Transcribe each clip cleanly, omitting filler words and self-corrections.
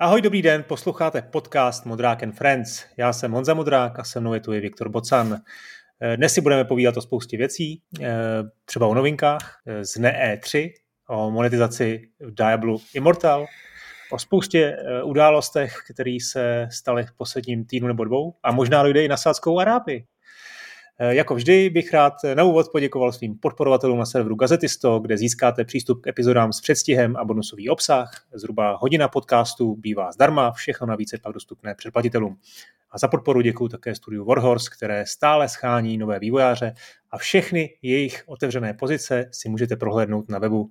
Ahoj, dobrý den, posloucháte podcast Modrák and Friends. Já jsem Honza Modrák a se mnou je tu i Viktor Bocan. Dnes si budeme povídat o spoustě věcí, třeba o novinkách z E3, o monetizaci v Diablu Immortal, o spoustě událostech, které se staly v posledním týdnu nebo dvou a možná dojde i na Saudskou Arábii. Jako vždy bych rád na úvod poděkoval svým podporovatelům na serveru Gazetisto, kde získáte přístup k epizodám s předstihem a bonusový obsah. Zhruba hodina podcastu bývá zdarma, všechno navíc je pak dostupné předplatitelům. A za podporu děkuju také studiu Warhorse, které stále schání nové vývojáře a všechny jejich otevřené pozice si můžete prohlédnout na webu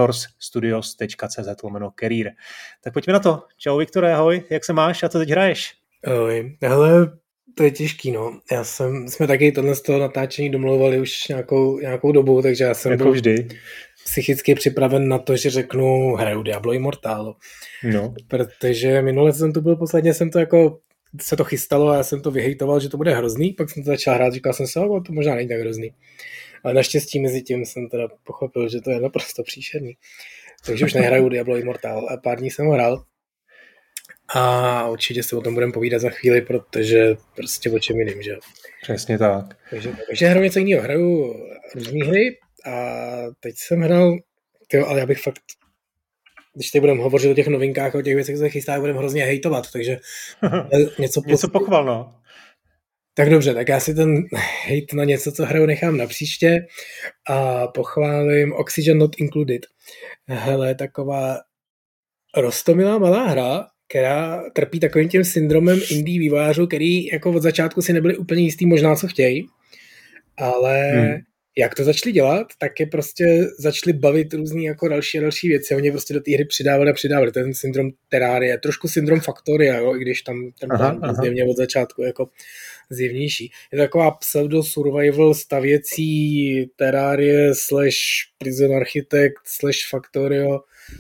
warhorsestudios.cz/career. Tak pojďme na to. Čau Viktore, ahoj, jak se máš a co teď hraješ? Ahoj, hele, to je těžký, no. Jsme taky tohle z toho natáčení domlouvali už nějakou dobu, takže já jsem jako byl vždy psychicky připraven na to, že řeknu hraju Diablo Immortal. No. Protože minule jsem tu byl, posledně jsem to jako se to chystalo a já jsem to vyhejtoval, že to bude hrozný, pak jsem to začal hrát, říkal jsem si, to možná není tak hrozný. Ale naštěstí mezi tím jsem teda pochopil, že to je naprosto příšerný. Takže už nehraju Diablo Immortal a pár dní jsem ho hrál. A určitě se o tom budeme povídat za chvíli, protože prostě o čem jiným, že jo. Přesně tak. Takže hraju něco jiného, hraju různý hry a teď jsem hrál, ale já bych fakt, když teď budeme hovořit o těch novinkách, o těch věcech, co se chystá, budeme hrozně hejtovat, takže něco pochval, no. Tak dobře, tak já si ten hejt na něco, co hraju, nechám na příště a pochválím Oxygen Not Included. Hele, taková roztomilá malá hra, která trpí takovým tím syndromem indie vývojářů, který jako od začátku si nebyli úplně jistý možná, co chtějí, ale jak to začali dělat, tak je prostě začali bavit různý jako další věci. Oni prostě do té hry přidávali. Ten syndrom Terraria, trošku syndrom Factoria, jo, i když tam ten plán zjevně od začátku jako zjevnější. Je to taková pseudo-survival stavěcí Terrarie / Prison Architect / Factorio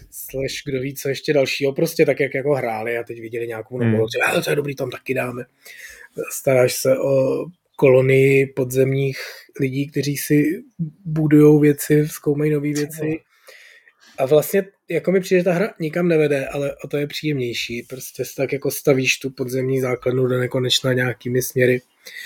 / kdo ví, co ještě dalšího. Prostě tak, jak jako hráli a teď viděli nějakou novou, že to je dobrý, tam taky dáme. Staráš se o kolonii podzemních lidí, kteří si budujou věci, zkoumají nové věci. A vlastně jako mi přijde, že ta hra nikam nevede, ale o to je příjemnější. Prostě tak jako stavíš tu podzemní základnu do nekonečna nějakými směry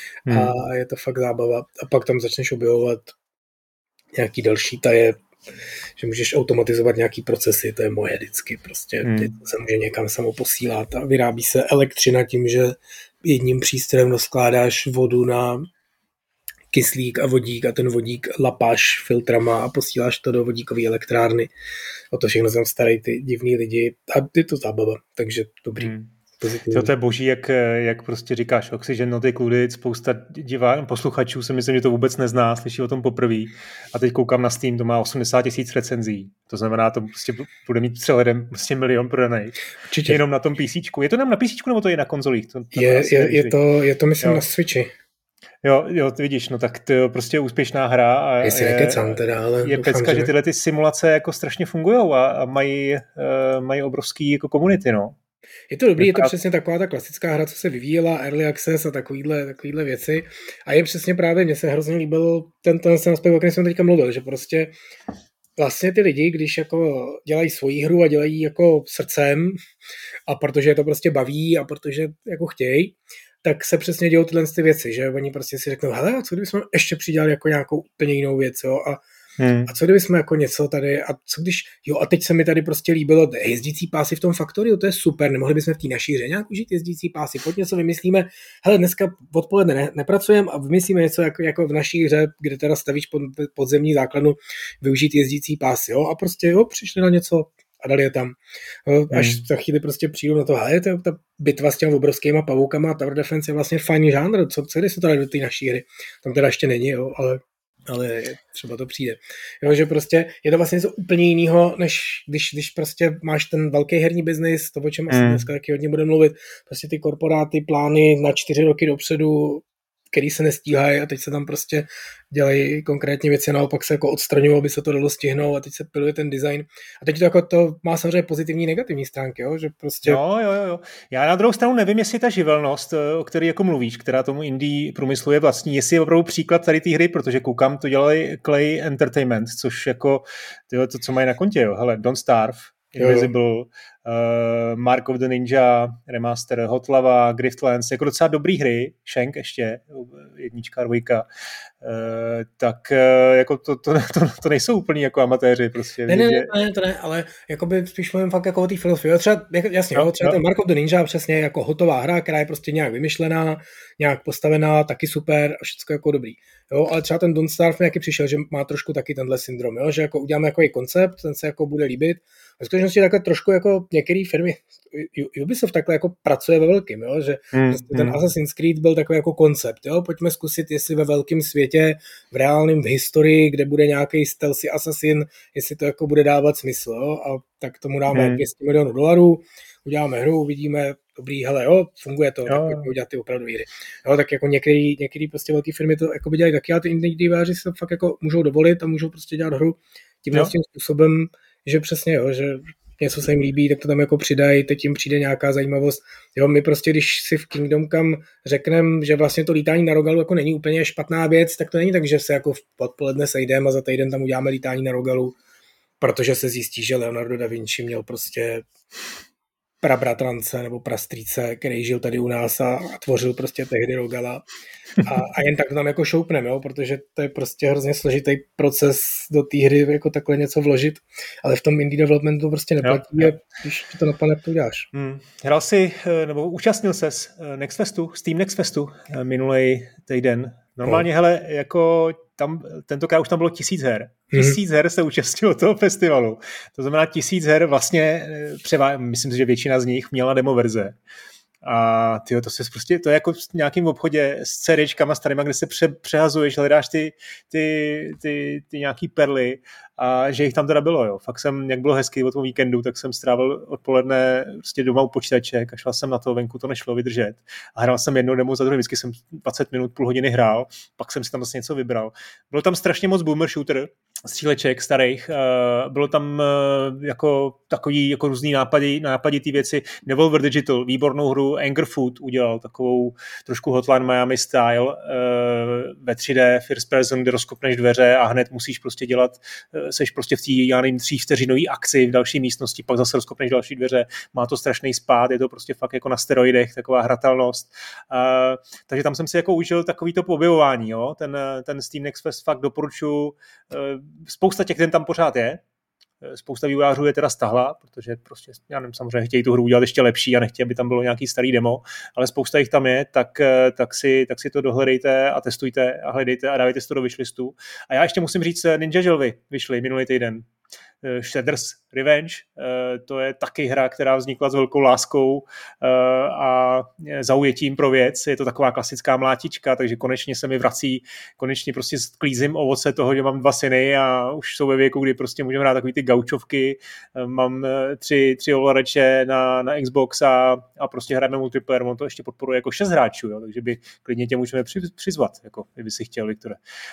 a je to fakt zábava. A pak tam začneš objevovat nějaký další taje, že můžeš automatizovat nějaký procesy, to je moje vždycky. Prostě se může někam samo posílat a vyrábí se elektřina tím, že jedním přístrojem doskládáš vodu na kyslík a vodík a ten vodík lapáš filtrama a posíláš to do vodíkové elektrárny. O to všechno tam starají ty divní lidi a je to zábava, takže dobrý. To je boží, jak prostě říkáš, Oxygen Not Included, spousta posluchačů si myslím, že to vůbec nezná, slyší o tom poprvé a teď koukám na Steam, to má 80 000 recenzí, to znamená, to prostě bude mít přehledem prostě 1 milion prodanej. Určitě. Jenom na tom PCčku. Je to nám na PCčku nebo to je na konzolích? Je to myslím na Switchi. Jo, ty vidíš, no tak to je prostě úspěšná hra a je pecka, že tyhle ty simulace jako strašně fungujou a mají obrovský jako komunity, no. Je to dobrý, je to přesně taková ta klasická hra, co se vyvíjela, Early Access a takovýhle věci. A je přesně právě, mně se hrozně líbil ten aspekt, o kterém jsem teďka mluvil, že prostě vlastně ty lidi, když jako dělají svoji hru a dělají jako srdcem a protože je to prostě baví a protože jako chtějí, tak se přesně dějou tyhle ty věci, že oni prostě si řeknou, hele, a co kdybychom ještě přidělali jako nějakou úplně jinou věc, jo, a co kdybychom jako něco tady, a co když, a teď se mi tady prostě líbilo jezdící pásy v tom Factoriu, to je super, nemohli bychom v té naší hře nějak užít jezdící pásy, pojď něco vymyslíme, hele, dneska odpoledne nepracujeme a vymyslíme něco jako v naší hře, kde teda stavíš podzemní základnu, využít jezdící pásy, jo, a prostě, přišli na něco a dali je tam. Až za chvíli prostě přijdu na to, hele, ta bitva s těmi obrovskýma pavoukama a Tower Defense je vlastně fajný žánr, co když se to dali do té naší hry, tam teda ještě není, jo, ale třeba to přijde. Jo, že prostě je to vlastně něco úplně jiného, než když prostě máš ten velký herní biznis, to o čem asi dneska taky hodně budeme mluvit, prostě ty korporáty, plány na 4 roky dopředu, který se nestíhají a teď se tam prostě dělají konkrétně věci, naopak se jako odstraňují, aby se to dalo stihnout a teď se piluje ten design. A teď to jako to má samozřejmě pozitivní, negativní stránky, jo? Že prostě... Jo. Já na druhou stranu nevím, jestli ta živelnost, o které jako mluvíš, která tomu indie průmyslu je vlastní, jestli je opravdu příklad tady té hry, protože koukám, to dělali Clay Entertainment, což jako to, co mají na kontě, jo. Hele, Don't Starve, Invisible, Mark of the Ninja, remaster, Hot Lava, Griftlands, jako docela dobrý hry, Shank ještě, 1, 2, tak jako to nejsou úplný jako amatéři prostě. Ne, to ne, ale jakoby spíš mluvím fakt jako o té filozofii. Třeba, jasně, třeba ten Mark of the Ninja přesně jako hotová hra, která je prostě nějak vymyšlená, nějak postavená, taky super a všechno jako dobrý. Jo, ale třeba ten Don't Starve mi jaký přišel, že má trošku taky tenhle syndrom, jo, že jako uděláme jako koncept, ten se jako bude líbit. V skutečnosti takhle trošku jako některé firmy, Ubisoft takhle jako pracuje ve velkým, jo, že ten Assassin's Creed byl takový jako koncept, jo, pojďme zkusit, jestli ve velkém světě, v reálném, v historii, kde bude nějaký stealthy assassin, jestli to jako bude dávat smysl, jo, a tak tomu dáme $200 milionů, uděláme hru, uvidíme, dobrý, hele, jo, funguje to, tak pojďme udělat ty opravdu hry. Jo, tak jako některý prostě velké firmy to jako by dělají taky, a ty indie vývojáři si to fakt jako můžou dovolit a můžou prostě dělat hru tím způsobem, že přesně, jo, že něco se jim líbí, tak to tam jako přidají, teď jim přijde nějaká zajímavost. Jo, my prostě, když si v Kingdom Come řekneme, že vlastně to lítání na Rogalu jako není úplně špatná věc, tak to není tak, že se jako v odpoledne sejdeme a za týden tam uděláme lítání na Rogalu, protože se zjistí, že Leonardo da Vinci měl prostě prabratrance nebo prastrýce, který žil tady u nás a tvořil prostě tehdy Rogala. A jen tak to tam jako šoupneme, jo? Protože to je prostě hrozně složitý proces do té hry jako takhle něco vložit, ale v tom indie developmentu to prostě neplatí, jo. A když to napadne, jak to uděláš. Hrál jsi, nebo účastnil ses Steam Next Festu minulý týden. Normálně, hele, jako tam, tentokrát už tam bylo 1000 her. 1000 her se účastnilo toho festivalu. To znamená 1000 her vlastně, myslím si, že většina z nich měla demo verze. A tyjo, to je jako v nějakém obchodě s CDčkama starýma, kde se přehazuješ, hledáš ty nějaký perly a že jich tam teda bylo, jo. Fakt jsem, jak bylo hezky od toho víkendu, tak jsem strávil odpoledne prostě doma u počítače, kašlal jsem na to, venku to nešlo vydržet a hrál jsem jednou demo za druhou, vždycky jsem 20 minut, půl hodiny hrál, pak jsem si tam vlastně něco vybral. Bylo tam strašně moc boomer shooter, stříleček starých, bylo tam jako takový jako různý nápady ty věci. Devolver Digital, výbornou hru Anger Food udělal, takovou trošku Hotline Miami style ve 3D first person, kde rozkopneš dveře a hned musíš prostě dělat, seš prostě v té, já nevím, 3 vteřinový akci v další místnosti, pak zase rozkopneš další dveře, má to strašný spád, je to prostě fakt jako na steroidech, taková hratelnost. Takže tam jsem si jako užil takovýto objevování, jo? Ten Steam Next Fest fakt doporučuji. Spousta těch den tam pořád je. Spousta vývojářů je teda stahla, protože prostě, já nevím, samozřejmě chtějí tu hru udělat ještě lepší a nechtějí, aby tam bylo nějaký starý demo, ale spousta jich tam je, tak si to dohledejte a testujte a hledejte a dávejte si to do wishlistu. A já ještě musím říct, Ninja Želvy vyšly minulý týden. Shredder's Revenge, to je taky hra, která vznikla s velkou láskou a zaujetím pro věc. Je to taková klasická mlátička, takže konečně se mi vrací, konečně prostě sklízím ovoce toho, že mám 2 syny a už jsou ve věku, kdy prostě můžeme hrát takový ty gaučovky. Mám 3 ovladače na Xbox a prostě hrajeme multiplayer. On to ještě podporuje jako 6 hráčů, jo, takže by klidně tě můžeme přizvat, jako, kdyby si chtěl, Viktore.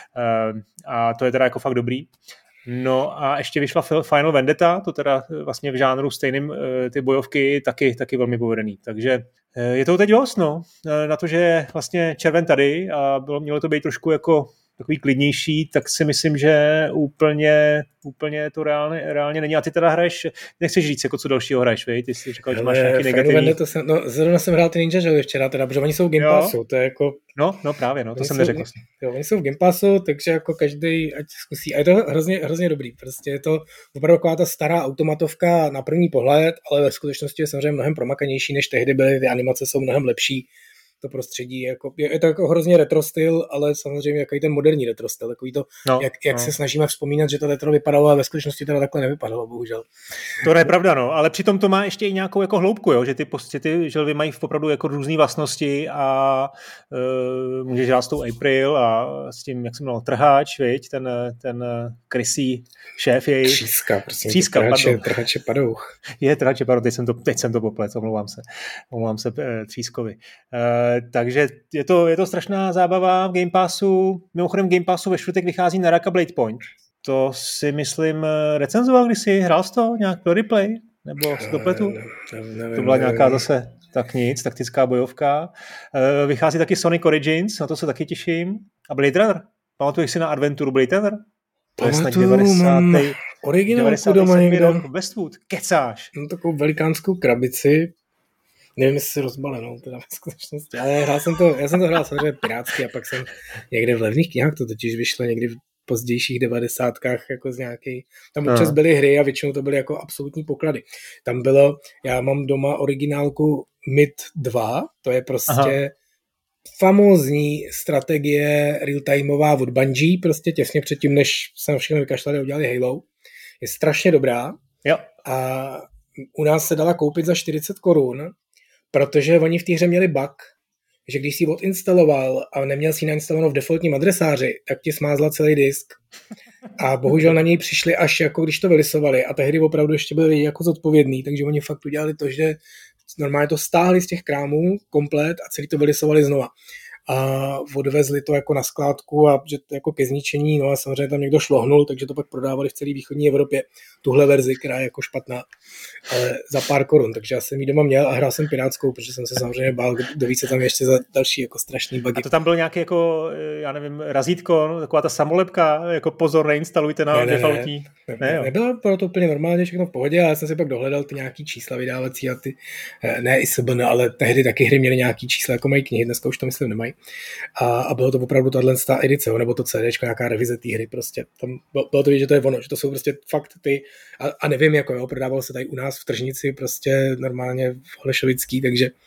A to je teda jako fakt dobrý. No a ještě vyšla Final Vendetta, to teda vlastně v žánru stejným, ty bojovky taky velmi povedený. Takže je to teď dost, no, na to, že je vlastně červen tady a mělo to být trošku jako takový klidnější, tak si myslím, že úplně to reálně není. A ty teda hraješ, nechceš říct, jako co dalšího hraješ, vej? Ty jsi říkal, že máš nějaký negativní. Zrovna jsem hrál ty Ninja Želvy včera, teda, protože oni jsou v Game Passu, to je jako... No právě, to jsem neřekl. Jo, oni jsou v Game Passu, takže jako každý ať zkusí. A je to hrozně dobrý, prostě je to opravdu taková ta stará automatovka na první pohled, ale ve skutečnosti je samozřejmě mnohem promakanější, než tehdy byly, ty animace jsou mnohem lepší. To prostředí jako, je to jako hrozně retro styl, ale samozřejmě jaký ten moderní retro styl, takový to, jak se snažíme vzpomínat, že to retro vypadalo, a ve skutečnosti teda takhle nevypadalo, bohužel. To je pravda, no, ale přitom to má ještě i nějakou jako hloubku, jo, že ty želvy mají opravdu jako různé vlastnosti a můžeš hrát s tou April a s tím, jak jsem měl trháč, viď, ten krysí šéf jej. Tříska, trhače padouch. Je trhače padouch, teď jsem to poplet, omlouvám se Třískovi. Takže je to strašná zábava v Game Passu. Mimochodem Game Passu ve čtvrtek vychází Naraka Blade Point. To si myslím recenzoval, když jsi hrál z toho nějak pro replay? Nebo z dopletu? To byla nějaká zase tak nic, taktická bojovka. Vychází taky Sonic Origins, na to se taky těším. A Blade Runner. Pamatuješ si na adventuru Blade Runner? To je snad 90. Originálku doma 97. někdo. rok, Westwood, kecáš. No, takovou velikánskou krabici. Nevím, jestli si rozbalenou, teda v skutečnosti. Ale já jsem to hrál samozřejmě pirátsky a pak jsem někde v levných knihách, to totiž vyšlo někdy v pozdějších 90kách jako z nějaký. Tam občas byly hry a většinou to byly jako absolutní poklady. Tam bylo, já mám doma originálku MIT 2, to je prostě famózní strategie real-timeová od Bungie, prostě těsně předtím, než se na všechno vykašlali a udělali Halo. Je strašně dobrá. Jo. A u nás se dala koupit za 40 korun, protože oni v té hře měli bug, že když si ji odinstaloval a neměl si ji nainstalovanou v defaultním adresáři, tak ti smázla celý disk. A bohužel na něj přišli až jako když to vylisovali a tehdy opravdu ještě byli jako zodpovědný, takže oni fakt udělali to, že normálně to stáhli z těch krámů komplet a celý to vylisovali znova. A odvezli to jako na skládku a že to jako ke zničení, no a samozřejmě tam někdo šlohnul, takže to pak prodávali v celé východní Evropě, tuhle verzi, která je jako špatná, ale za pár korun, takže já jsem ji doma měl a hrál jsem pirátskou, protože jsem se samozřejmě bál, kdo ví, co tam ještě za další jako strašný bugy. A to tam byl nějaký jako, já nevím, razítko, no, taková ta samolepka, jako pozor, neinstalujte na defaultní. Nebylo to úplně normálně, všechno v pohodě, ale já jsem si pak dohledal ty nějaký čísla vydávací a ty, ne ISBN, ale tehdy taky hry měly nějaký čísla, jako mají knihy, dneska už to myslím nemají. A bylo to opravdu tahle edice, nebo to CDčko, nějaká revize té hry prostě. Tam bylo to vidět, že to je ono, že to jsou prostě fakt ty, a nevím, jako jo, prodávalo se tady u nás v tržnici prostě normálně v Holešovický,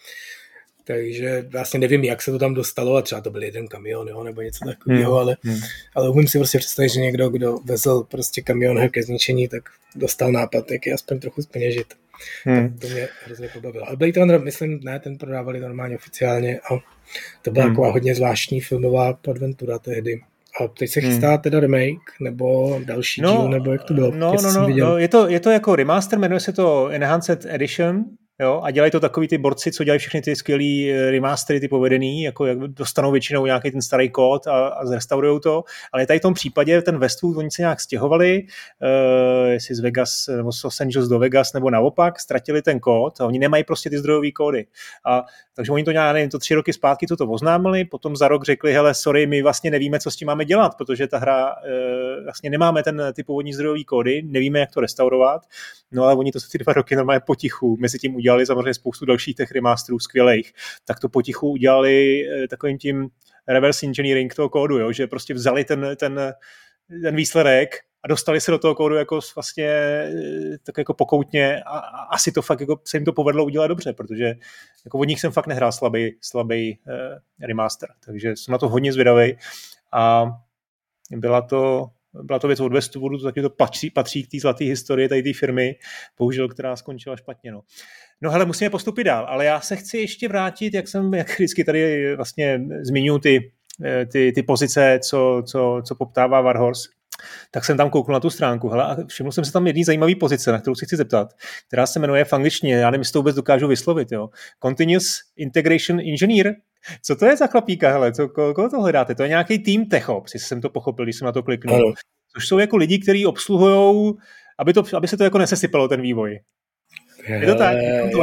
takže vlastně nevím, jak se to tam dostalo a třeba to byl jeden kamion, jo, nebo něco takového, ale umím si prostě představit, že někdo, kdo vezl prostě kamion her ke zničení, tak dostal nápad, jak je aspoň trochu zpeněžit. Tak to mě hrozně pobavilo. Ale Blade Runner, myslím, ne, ten prodávali normálně oficiálně a to byla taková hodně zvláštní filmová adventura tehdy. A teď se chystá teda remake, nebo další díl, nebo jak to bylo? Je to jako remaster, jmenuje se to Enhanced Edition, jo, a dělají to takový ty borci, co dělají všechny ty skvělý remastery, ty povedený, jako jak dostanou většinou nějaký ten starý kód a zrestaurujou to, ale tady v tom případě ten Westwood, oni se nějak stěhovali, jestli z Vegas, nebo z Los Angeles do Vegas, nebo naopak, ztratili ten kód a oni nemají prostě ty zdrojové kódy. Takže oni to nějak, nevím, to 3 roky zpátky to oznámili, potom za rok řekli, hele, sorry, my vlastně nevíme, co s tím máme dělat, protože ta hra, vlastně nemáme ty původní zdrojové kódy, nevíme, jak to restaurovat, no ale oni to ty 2 roky normálně potichu, mezi tím udělali samozřejmě spoustu dalších těch remasterů skvělejch, tak to potichu udělali takovým tím reverse engineering toho kódu, jo, že prostě vzali ten výsledek a dostali se do toho kódu jako vlastně tak jako pokoutně a asi to fakt jako se jim to povedlo udělat dobře, protože jako od nich jsem fakt nehrál slabý remaster, takže jsem na to hodně zvědavý a byla to věc od Westwoodu, to taky to patří k té zlaté historii tady té firmy, bohužel, která skončila špatně. No hele, musíme postupit dál, ale já se chci ještě vrátit, jak vždycky tady vlastně zmiňuji ty pozice, co poptává Warhorse, tak jsem tam kouknul na tu stránku, hele, a všiml jsem se tam jedný zajímavý pozice, na kterou se chci zeptat, která se jmenuje v angličtině, já nevím, jestli to vůbec dokážu vyslovit, jo. Continuous Integration Engineer. Co to je za chlapíka, hele, koho to hledáte? To je nějaký tým TechOps, jestli jsem to pochopil, když jsem na to kliknul. Což jsou jako lidi, kteří obsluhujou, aby se to jako nesesypalo ten vývoj. Je to tak?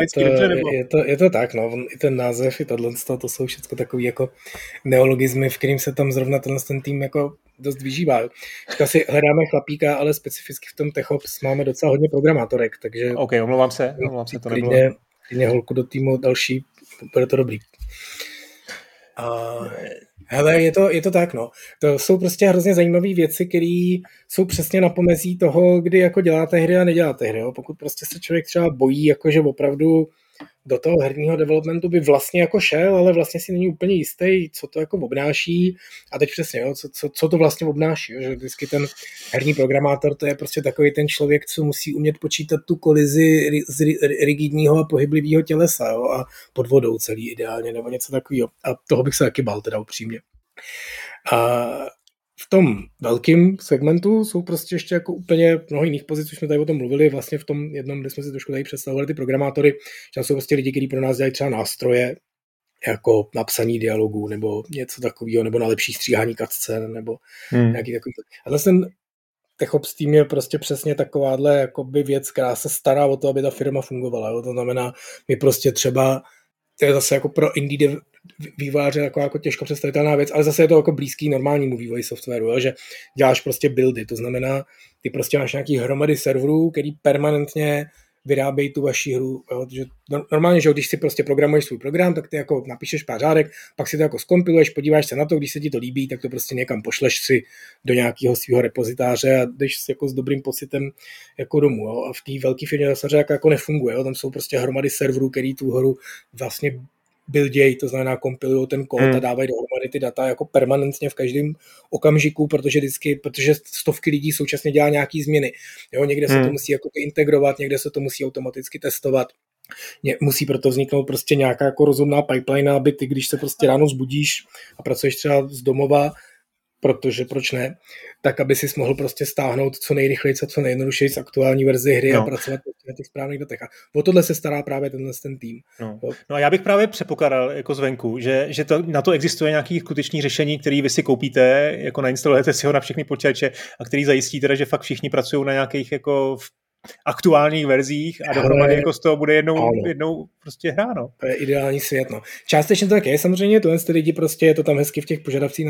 Je to tak, no. I ten název, i tohle, to jsou všechno takový jako neologizmy, v kterým se tam zrovna ten tým jako dost vyžívá. Říkal si, hledáme chlapíka, ale specificky v tom TechOps máme docela hodně programátorek, takže... OK, omlouvám se, to nebylo. Klidně holku do týmu další, bude to dobrý. Hele, je to tak, no. To jsou prostě hrozně zajímavé věci, které jsou přesně na pomezí toho, kdy jako děláte hry a neděláte hry. Jo. Pokud prostě se člověk třeba bojí, jakože opravdu do toho herního developmentu by vlastně jako šel, ale vlastně si není úplně jistý, co to jako obnáší. A teď přesně, jo, co to vlastně obnáší. Jo, že vždycky ten herní programátor, to je prostě takový ten člověk, co musí umět počítat tu kolizi z rigidního a pohyblivého tělesa, jo, a pod vodou celý ideálně, nebo něco takového. A toho bych se taky bál, teda upřímně. A v tom velkém segmentu jsou prostě ještě jako úplně mnoho jiných pozic, už jsme tady o tom mluvili, vlastně v tom jednom, kde jsme si trošku tady představovali ty programátory, že jsou prostě lidi, kteří pro nás dělají třeba nástroje, jako napsaní dialogů, nebo něco takového, nebo na lepší stříhání cutscén, nebo nějaký takový. A ten TechOps tým je prostě přesně takováhle jakoby věc, která se stará o to, aby ta firma fungovala. Jo? To znamená, my prostě třeba, to je zase jako pro indie vývojáře jako těžko představitelná věc, ale zase je to jako blízký normálnímu vývoji softwaru, jo, že děláš prostě buildy, to znamená, ty prostě máš nějaký hromady serverů, který permanentně vyrábějí tu vaši hru. Jo, že normálně, že když si prostě programuješ svůj program, tak ty jako napíšeš pár řádek, pak si to jako zkompiluješ, podíváš se na to, když se ti to líbí, tak to prostě někam pošleš si do nějakého svého repozitáře a jdeš si jako s dobrým pocitem jako domů. Jo. A v té velké firmě zase jako nefunguje. Jo. Tam jsou prostě hromady serverů, který tu hru vlastně buildějí, to znamená kompilují ten kód a dávají dohromady ty data jako permanentně v každém okamžiku, protože stovky lidí současně dělá nějaký změny. Jo, někde se to musí jako integrovat, někde se to musí automaticky testovat. Musí proto vzniknout prostě nějaká jako rozumná pipeline, aby ty, když se prostě ráno vzbudíš a pracuješ třeba z domova, protože proč ne, tak aby si mohl prostě stáhnout co nejrychleji a co nejjednodušeji z aktuální verzi hry a pracovat na těch správných datech. A o tohle se stará právě ten tým. No a já bych právě předpokládal jako zvenku, že na to existuje nějaký skutečný řešení, který vy si koupíte, jako nainstalujete si ho na všechny počítače a který zajistí teda, že fakt všichni pracují na nějakých jako aktuálních verzích a dohromady jako z toho bude jednou prostě hra, no. To je ideální svět, no. Částečně to tak je, samozřejmě tohle lidi prostě, je to tam hezky v těch požadavcích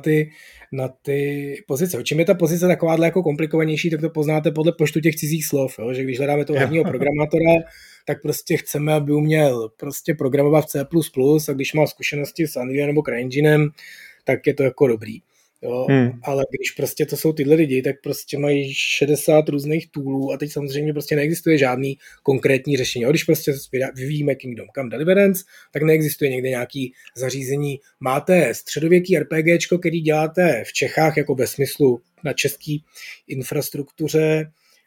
na ty pozice. Čím je ta pozice takováhle jako komplikovanější, tak to poznáte podle počtu těch cizích slov, jo? Že když hledáme toho hlavního programátora, tak prostě chceme, aby uměl prostě programovat v C++ a když má zkušenosti s Unreal nebo CryEnginem, tak je to jako dobrý. Jo, ale když prostě to jsou tyhle lidi, tak prostě mají 60 různých toolů a teď samozřejmě prostě neexistuje žádný konkrétní řešení. Když prostě vyvíjíme Kingdom Come Deliverance, tak neexistuje někde nějaký zařízení. Máte středověký RPGčko, který děláte v Čechách jako ve smyslu na český infrastruktuře,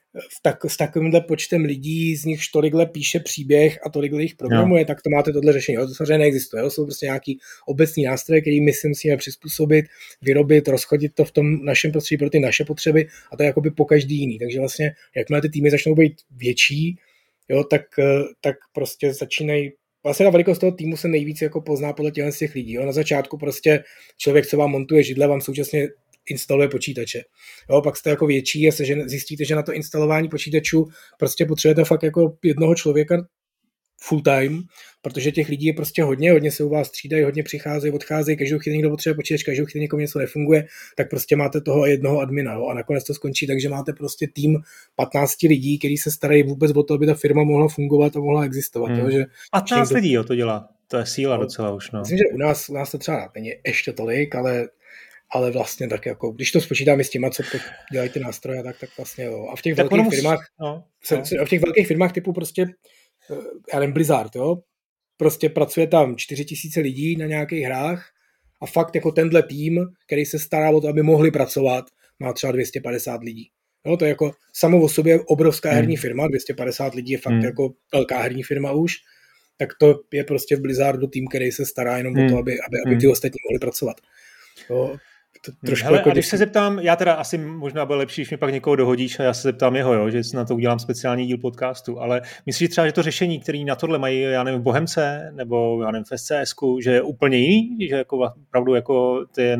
s takovýmhle počtem lidí, z nich tolikhle píše příběh a tolikhle jich programuje, tak to máte tohle řešení. To samozřejmě neexistuje. Jo? Jsou prostě nějaký obecný nástroje, který my si musíme přizpůsobit, vyrobit, rozchodit to v tom našem prostředí pro ty naše potřeby a to je jakoby po každý jiný. Takže vlastně, jakmile ty týmy začnou být větší, jo, tak prostě začínají. Vlastně ta velikost toho týmu se nejvíc jako pozná podle těch lidí. Jo? Na začátku prostě člověk, co vám montuje židle, vám současně instaluje počítače. Jo, pak jste jako větší a zjistíte, že na to instalování počítačů prostě potřebujete fakt jako jednoho člověka full time, protože těch lidí je prostě hodně se u vás střídají, hodně přicházejí, odcházejí, každou chvíli někdo potřebuje počítač, každou chvíli někomu něco nefunguje, tak prostě máte toho jednoho admina. Jo, a nakonec to skončí tak, že máte prostě tým 15 lidí, kteří se starají vůbec o to, aby ta firma mohla fungovat a mohla existovat. Jo, že 15 lidí to dělá. To je síla docela už. No. Myslím, že u nás to třeba není ještě tolik, ale vlastně tak jako, když to spočítáme s těma, co dělají ty nástroje, tak vlastně jo. A v těch velkých firmách, v těch velkých firmách typu prostě, já nevím, Blizzard, jo, prostě pracuje tam 4000 lidí na nějakých hrách a fakt jako tenhle tým, který se stará o to, aby mohli pracovat, má třeba 250 lidí. Jo, to je jako samo o sobě obrovská herní firma, 250 lidí je fakt jako velká herní firma už, tak to je prostě v Blizzardu tým, který se stará jenom o to, aby ty ostatní mohli pracovat. Jo. Hele, jako a když se zeptám, já teda asi možná bude lepší, když mi pak někoho dohodíš a já se zeptám jeho, jo, že na to udělám speciální díl podcastu, ale myslíš třeba, že to řešení, které na tohle mají, já nevím, v Bohemce nebo já nevím, v SCSku, že je úplně jiný, že jako opravdu jako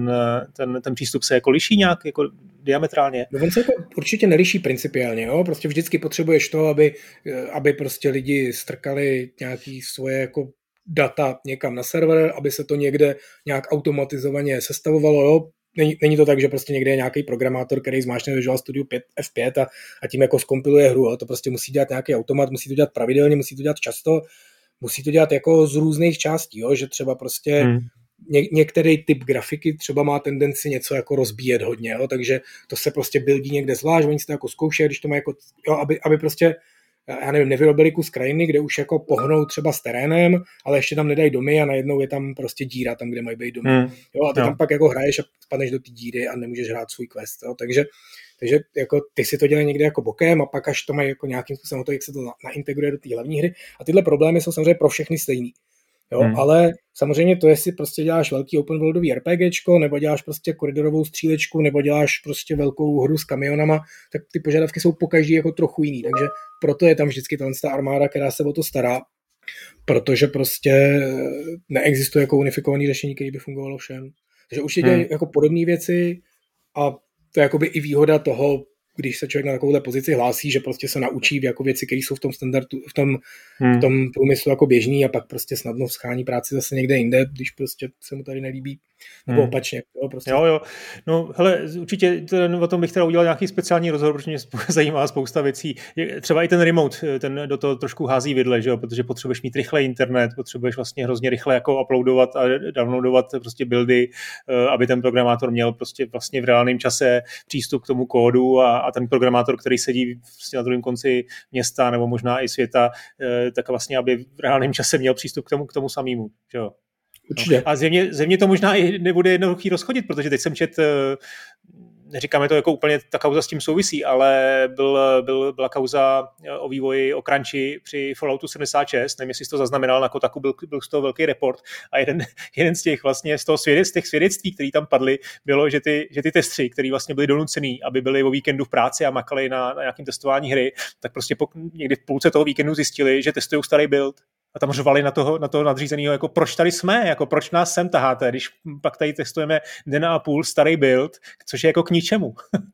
ten přístup se jako liší nějak jako diametrálně? No on se jako určitě neliší principiálně, jo? Prostě vždycky potřebuješ to, aby prostě lidi strkali nějaký svoje jako data někam na server, aby se to někde nějak automatizovaně sestavovalo, jo? Není to tak, že prostě někde je nějaký programátor, který zmáčkne do Visual Studio 5 F5 a tím jako zkompiluje hru. Jo? To prostě musí dělat nějaký automat, musí to dělat pravidelně, musí to dělat často, musí to dělat jako z různých částí, jo? Že třeba prostě některý typ grafiky třeba má tendenci něco jako rozbíjet hodně, jo? Takže to se prostě buildí někde zvlášť, oni si to jako zkoušejí, když to má jako, jo, aby prostě já nevím, nevyrobili kus krajiny, kde už jako pohnou třeba s terénem, ale ještě tam nedají domy a najednou je tam prostě díra tam, kde mají být domy. Jo, a ty tam pak jako hraješ a spadneš do té díry a nemůžeš hrát svůj quest. Jo. Takže jako ty si to dělají někde jako bokem a pak až to mají jako nějakým způsobem to, jak se to naintegruje do té hlavní hry. A tyhle problémy jsou samozřejmě pro všechny stejný. Jo, ale samozřejmě to, jestli prostě děláš velký open worldový RPGčko, nebo děláš prostě koridorovou střílečku, nebo děláš prostě velkou hru s kamionama, tak ty požadavky jsou po každý jako trochu jiný. Takže proto je tam vždycky ta armáda, která se o to stará, protože prostě neexistuje jako unifikovaný řešení, který by fungovalo všem. Takže už dělají jako podobné věci a to je jakoby i výhoda toho když se člověk na takovouhle pozici hlásí, že prostě se naučí jako věci, které jsou v tom standardu, v tom průmyslu jako běžný a pak prostě snadno schání práci zase někde jinde, když prostě se mu tady nelíbí. Nebo opačně. Prostě. Jo. No, hele, určitě o tom bych teda udělal nějaký speciální rozhovor, protože mě zajímá spousta věcí. Třeba i ten remote, ten do toho trošku hází vidle, že jo? Protože potřebuješ mít rychle internet, potřebuješ vlastně hrozně rychle jako uploadovat a downloadovat prostě buildy, aby ten programátor měl prostě vlastně v reálném čase přístup k tomu kódu a ten programátor, který sedí vlastně na druhém konci města nebo možná i světa, tak vlastně, aby v reálném čase měl přístup k tomu samému, že jo? Určitě. No. A zjevně to možná i nebude jednoduchý rozchodit, protože teď jsem čet, neříkáme to jako úplně, ta kauza s tím souvisí, ale byla kauza o vývoji o crunchi při Falloutu 76, nevím, jestli jsi to zaznamenal, na Kotaku byl z toho velký report a jeden z těch vlastně z těch svědectví, které tam padly, bylo, že ty testři, který vlastně byli donucený, aby byli o víkendu v práci a makali na nějakém testování hry, tak prostě někdy v půlce toho víkendu zjistili, že testují starý build. A tam řvali na toho nadřízeného, jako proč tady jsme, jako proč nás sem taháte, když pak tady testujeme den a půl starý build, což je jako k ničemu.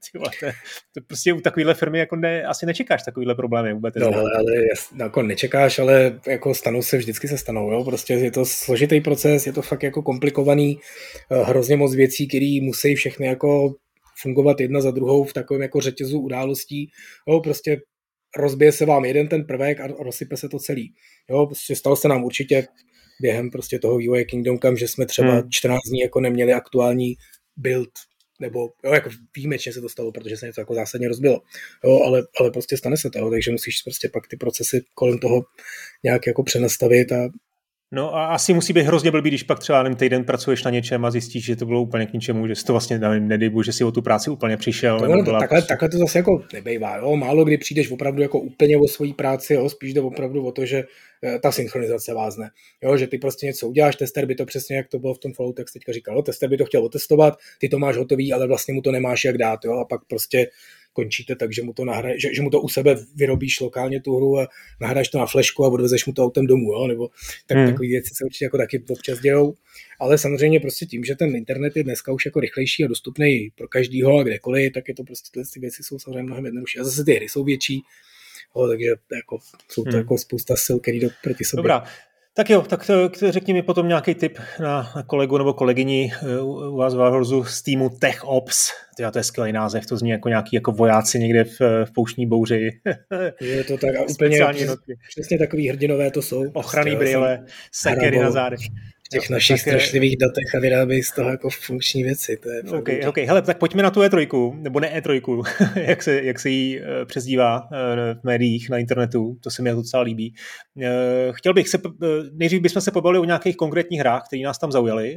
to prostě u takovéhle firmy jako asi nečekáš takovýhle problémy vůbec. No, ale jako nečekáš, ale jako vždycky se stanou, jo? Prostě je to složitý proces, je to fakt jako komplikovaný, hrozně moc věcí, které musí všechny jako fungovat jedna za druhou v takovém jako řetězu událostí, jo? Prostě rozbije se vám jeden ten prvek a rozsype se to celý. Jo, prostě stalo se nám určitě během prostě toho vývoje Kingdom Come, že jsme třeba 14 dní jako neměli aktuální build, nebo jo, jako výjimečně se to stalo, protože se něco jako zásadně rozbilo. Jo, ale prostě stane se to, takže musíš prostě pak ty procesy kolem toho nějak jako přenastavit a no a asi musí být hrozně blbý, když pak třeba týden pracuješ na něčem a zjistíš, že to bylo úplně k ničemu, že si to vlastně nedejbu, že si o tu práci úplně přišel. Takhle to zase jako nebejvá. Jo? Málo kdy přijdeš opravdu jako úplně o svojí práci, jo? Spíš jde opravdu o to, že ta synchronizace vázne. Jo? Že ty prostě něco uděláš, tester by to přesně, jak to bylo v tom Falloutu, jak teďka říkal, tester by to chtěl otestovat, ty to máš hotový, ale vlastně mu to nemáš jak dát. Jo? A pak prostě končíte tak, že mu to že mu to u sebe vyrobíš lokálně tu hru a nahráš to na flešku a odvezeš mu to autem domů, jo? Nebo takové věci se určitě jako taky občas dějou, ale samozřejmě prostě tím, že ten internet je dneska už jako rychlejší a dostupný pro každýho a kdekoliv, tak je to prostě ty věci jsou samozřejmě mnohem jednodušší. A zase ty hry jsou větší, takže jako, jsou to jako spousta sil, který jdou proti sobě. Dobrá. Tak jo, tak řekni mi potom nějaký tip na kolegu nebo kolegyni u vás v Warhorsu z týmu Tech Ops. To je skvělý název, to zní jako nějaký jako vojáci někde v pouštní bouři. Je to tak a úplně přesně takový hrdinové to jsou. Ochranný brýle, sekery na zádech. V těch našich strašlivých datech a vyrábějí z toho jako funkční věci. To je okay. Hele, tak pojďme na tu E3, nebo ne E3, jak se jí přezdívá v médiích, na internetu, to se mi docela líbí. Chtěl bych nejdřív bychom se pobavili o nějakých konkrétních hrách, které nás tam zaujaly,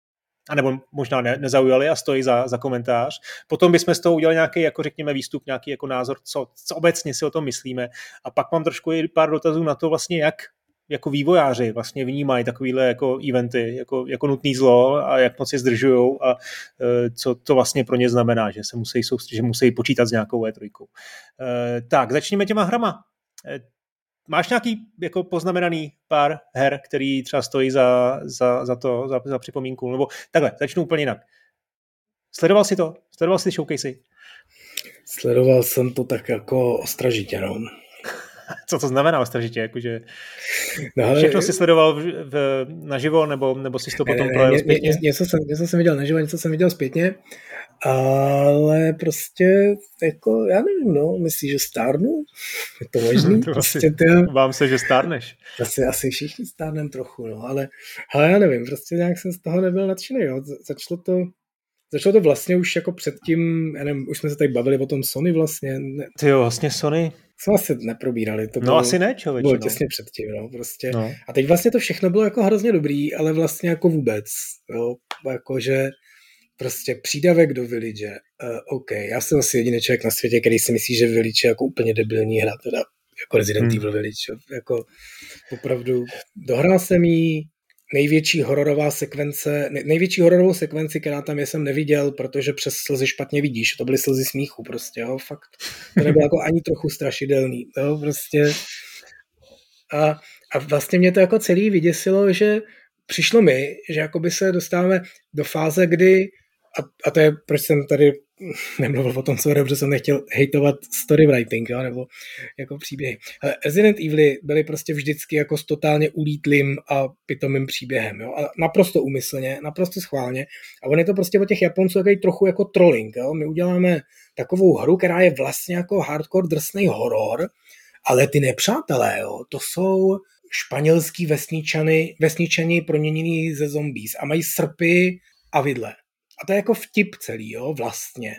anebo možná nezaujali a stojí za komentář. Potom bychom z toho udělali nějaký, jako řekněme, výstup, nějaký jako názor, co obecně si o tom myslíme. A pak mám trošku i pár dotazů na to vlastně, jak jako vývojáři vlastně vnímají takovýhle jako eventy, jako nutný zlo a jak moc je zdržujou a co to vlastně pro ně znamená, že se musí počítat s nějakou E3. Tak, začněme těma hrama. Máš nějaký jako poznamenaný pár her, který třeba stojí za připomínku? Nebo takhle, začnu úplně jinak. Sledoval jsi to? Sledoval jsi showcasey? Sledoval jsem to tak jako ostražitě, no. Co to znamená ostražitě? Jakože všechno jsi sledoval naživo, nebo jsi to potom projel zpětně? Něco jsem viděl naživo, něco jsem viděl zpětně, ale prostě jako, já nevím, no, myslíš, že stárnu? Je to možný? Prostě vám se, že stárneš. Asi všichni stárnem trochu, no, ale já nevím, prostě nějak jsem z toho nebyl nadšený, jo. Začalo to vlastně už jako předtím, já nevím, už jsme se tady bavili o tom Sony vlastně. Ty jo, vlastně Sony. Jsme asi neprobírali. To bylo, asi ne, člověče. Bylo těsně předtím, no, prostě. No. A teď vlastně to všechno bylo jako hrozně dobrý, ale vlastně jako vůbec, jo, jakože prostě přídavek do Village, OK, já jsem asi jediný člověk na světě, který si myslí, že Village je jako úplně debilní hra, teda jako Resident Evil Village, jo, jako opravdu dohrál jsem jí, největší hororovou sekvenci, která tam je, jsem neviděl, protože přes slzy špatně vidíš. To byly slzy smíchu prostě, jo, fakt. To nebylo jako ani trochu strašidelný, jo, prostě. A vlastně mě to jako celý vyděsilo, že přišlo mi, že jakoby se dostáváme do fáze, kdy, a to je, proč jsem tady nemluvil o tom, co dobře jsem nechtěl hejtovat storywriting, jo, nebo jako příběhy. Ale Resident Evil byly prostě vždycky jako s totálně ulítlým a pitomým příběhem, jo, a naprosto úmyslně, naprosto schválně. A on je to prostě od těch Japonců takový trochu jako trolling, jo. My uděláme takovou hru, která je vlastně jako hardcore drsný horor, ale ty nepřátelé, jo, to jsou španělský vesničani proměněný ze zombies a mají srpy a vidle. A to je jako vtip celý, jo, vlastně.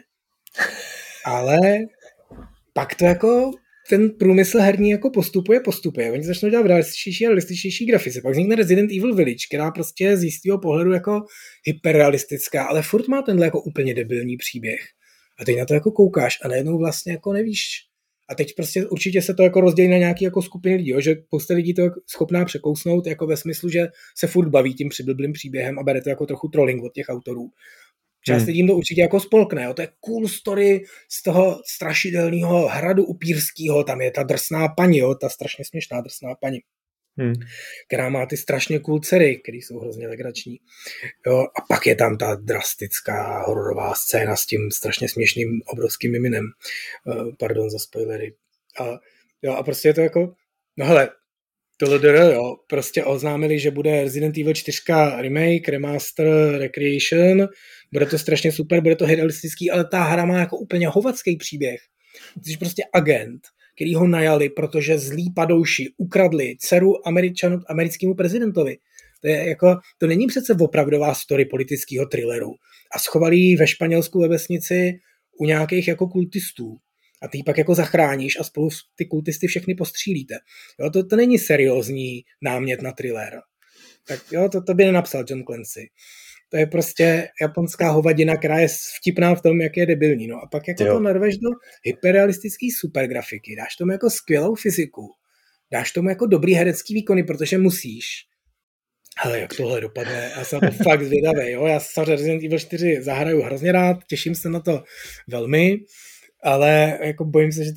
Ale pak to jako ten průmysl herní jako postupuje. Oni začnou dělat realističtější grafice. Pak vznikne Resident Evil Village, která prostě je z jistého pohledu jako hyperrealistická, ale furt má tenhle jako úplně debilní příběh. A teď na to jako koukáš a najednou vlastně jako nevíš. A teď prostě určitě se to jako rozdělí na nějaký jako skupiny lidí, jo? Že spousta lidí to schopná překousnout jako ve smyslu, že se furt baví tím přiblblým příběhem a bere to jako trochu trolling od těch autorů. Část lidím to určitě jako spolkne, jo? To je cool story z toho strašidelného hradu upírského, tam je ta drsná paní, jo? Ta strašně směšná drsná paní, která má ty strašně cool dcery, které jsou hrozně legrační. Jo? A pak je tam ta drastická hororová scéna s tím strašně směšným obrovským miminem. Pardon za spoilery. A prostě je to jako, no hele, jo, prostě oznámili, že bude Resident Evil 4 remake, remaster, recreation, bude to strašně super, bude to realistický, ale ta hra má jako úplně hovacký příběh. Jsi prostě agent, který ho najali, protože zlí padouši ukradli dceru americkému prezidentovi. To není přece opravdová story politického thrilleru. A schovali ji ve Španělsku ve vesnici u nějakých jako kultistů. A ty ji pak jako zachráníš a spolu ty kultisty všechny postřílíte. Jo, to není seriózní námět na thriller. Tak jo, to by nenapsal John Clancy. To je prostě japonská hovadina, která je vtipná v tom, jak je debilní. No a pak jako to narveš do hyperrealistický supergrafiky. Dáš tomu jako skvělou fyziku. Dáš tomu jako dobrý herecký výkony, protože musíš. Ale jak tohle dopadne, já jsem na to fakt zvědavý. Jo? Já samozřejmě Resident Evil 4 zahraju hrozně rád, těším se na to velmi, ale jako bojím se, že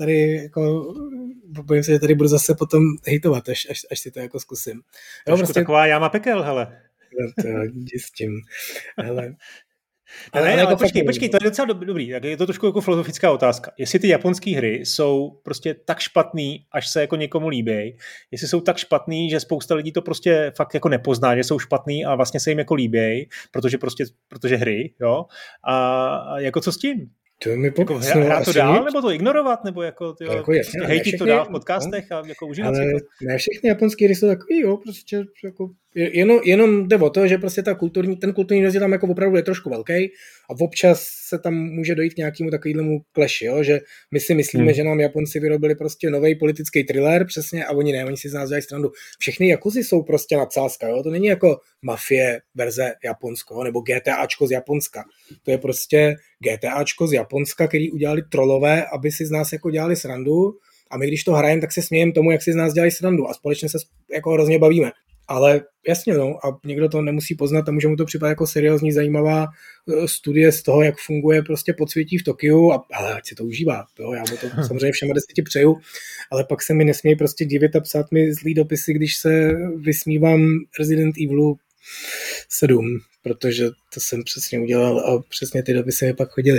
tady budu zase potom hejtovat, až si to jako zkusím. Jo, prostě taková jáma pekel, hele. To s tím. Hele. Ale počkej, to je docela dobrý. Tak je to trošku jako filozofická otázka. Jestli ty japonské hry jsou prostě tak špatný, až se jako někomu líbí, jestli jsou tak špatný, že spousta lidí to prostě fakt jako nepozná, že jsou špatný a vlastně se jim jako líbí, protože hry, jo. A jako co s tím? To mi jako hrát to dál, nebo to ignorovat, nebo jako hejtit to dál v podcastech a jako užívat si to? Ne všechny japonské hry jsou takový, jo, prostě jako jenom jde o to, že prostě ten kulturní rozdíl tam jako opravdu je trošku velký a občas se tam může dojít k nějakému takovému clashi, jo, že my si myslíme, že nám Japonci vyrobili prostě nový politický thriller, přesně, a oni si z nás dělají srandu. Všechny jakuzy jsou prostě nadsázka, jo, to není jako Mafie verze Japonsko, nebo GTAčko z Japonska. To je prostě GTAčko z Japonska, který udělali trolové, aby si z nás jako dělali srandu, a my když to hrajeme, tak se smějeme tomu, jak si z nás dělají srandu a společně se jako hrozně bavíme. Ale jasně, no, a někdo to nemusí poznat a může mu to připadat jako seriózní, zajímavá studie z toho, jak funguje prostě podsvětí v Tokiu, ale ať si to užívá, jo, já mu to samozřejmě všem 10 přeju, ale pak se mi nesmějí prostě divit a psát mi zlý dopisy, když se vysmívám Resident Evilu 7, protože to jsem přesně udělal a přesně ty dopisy mi pak chodily.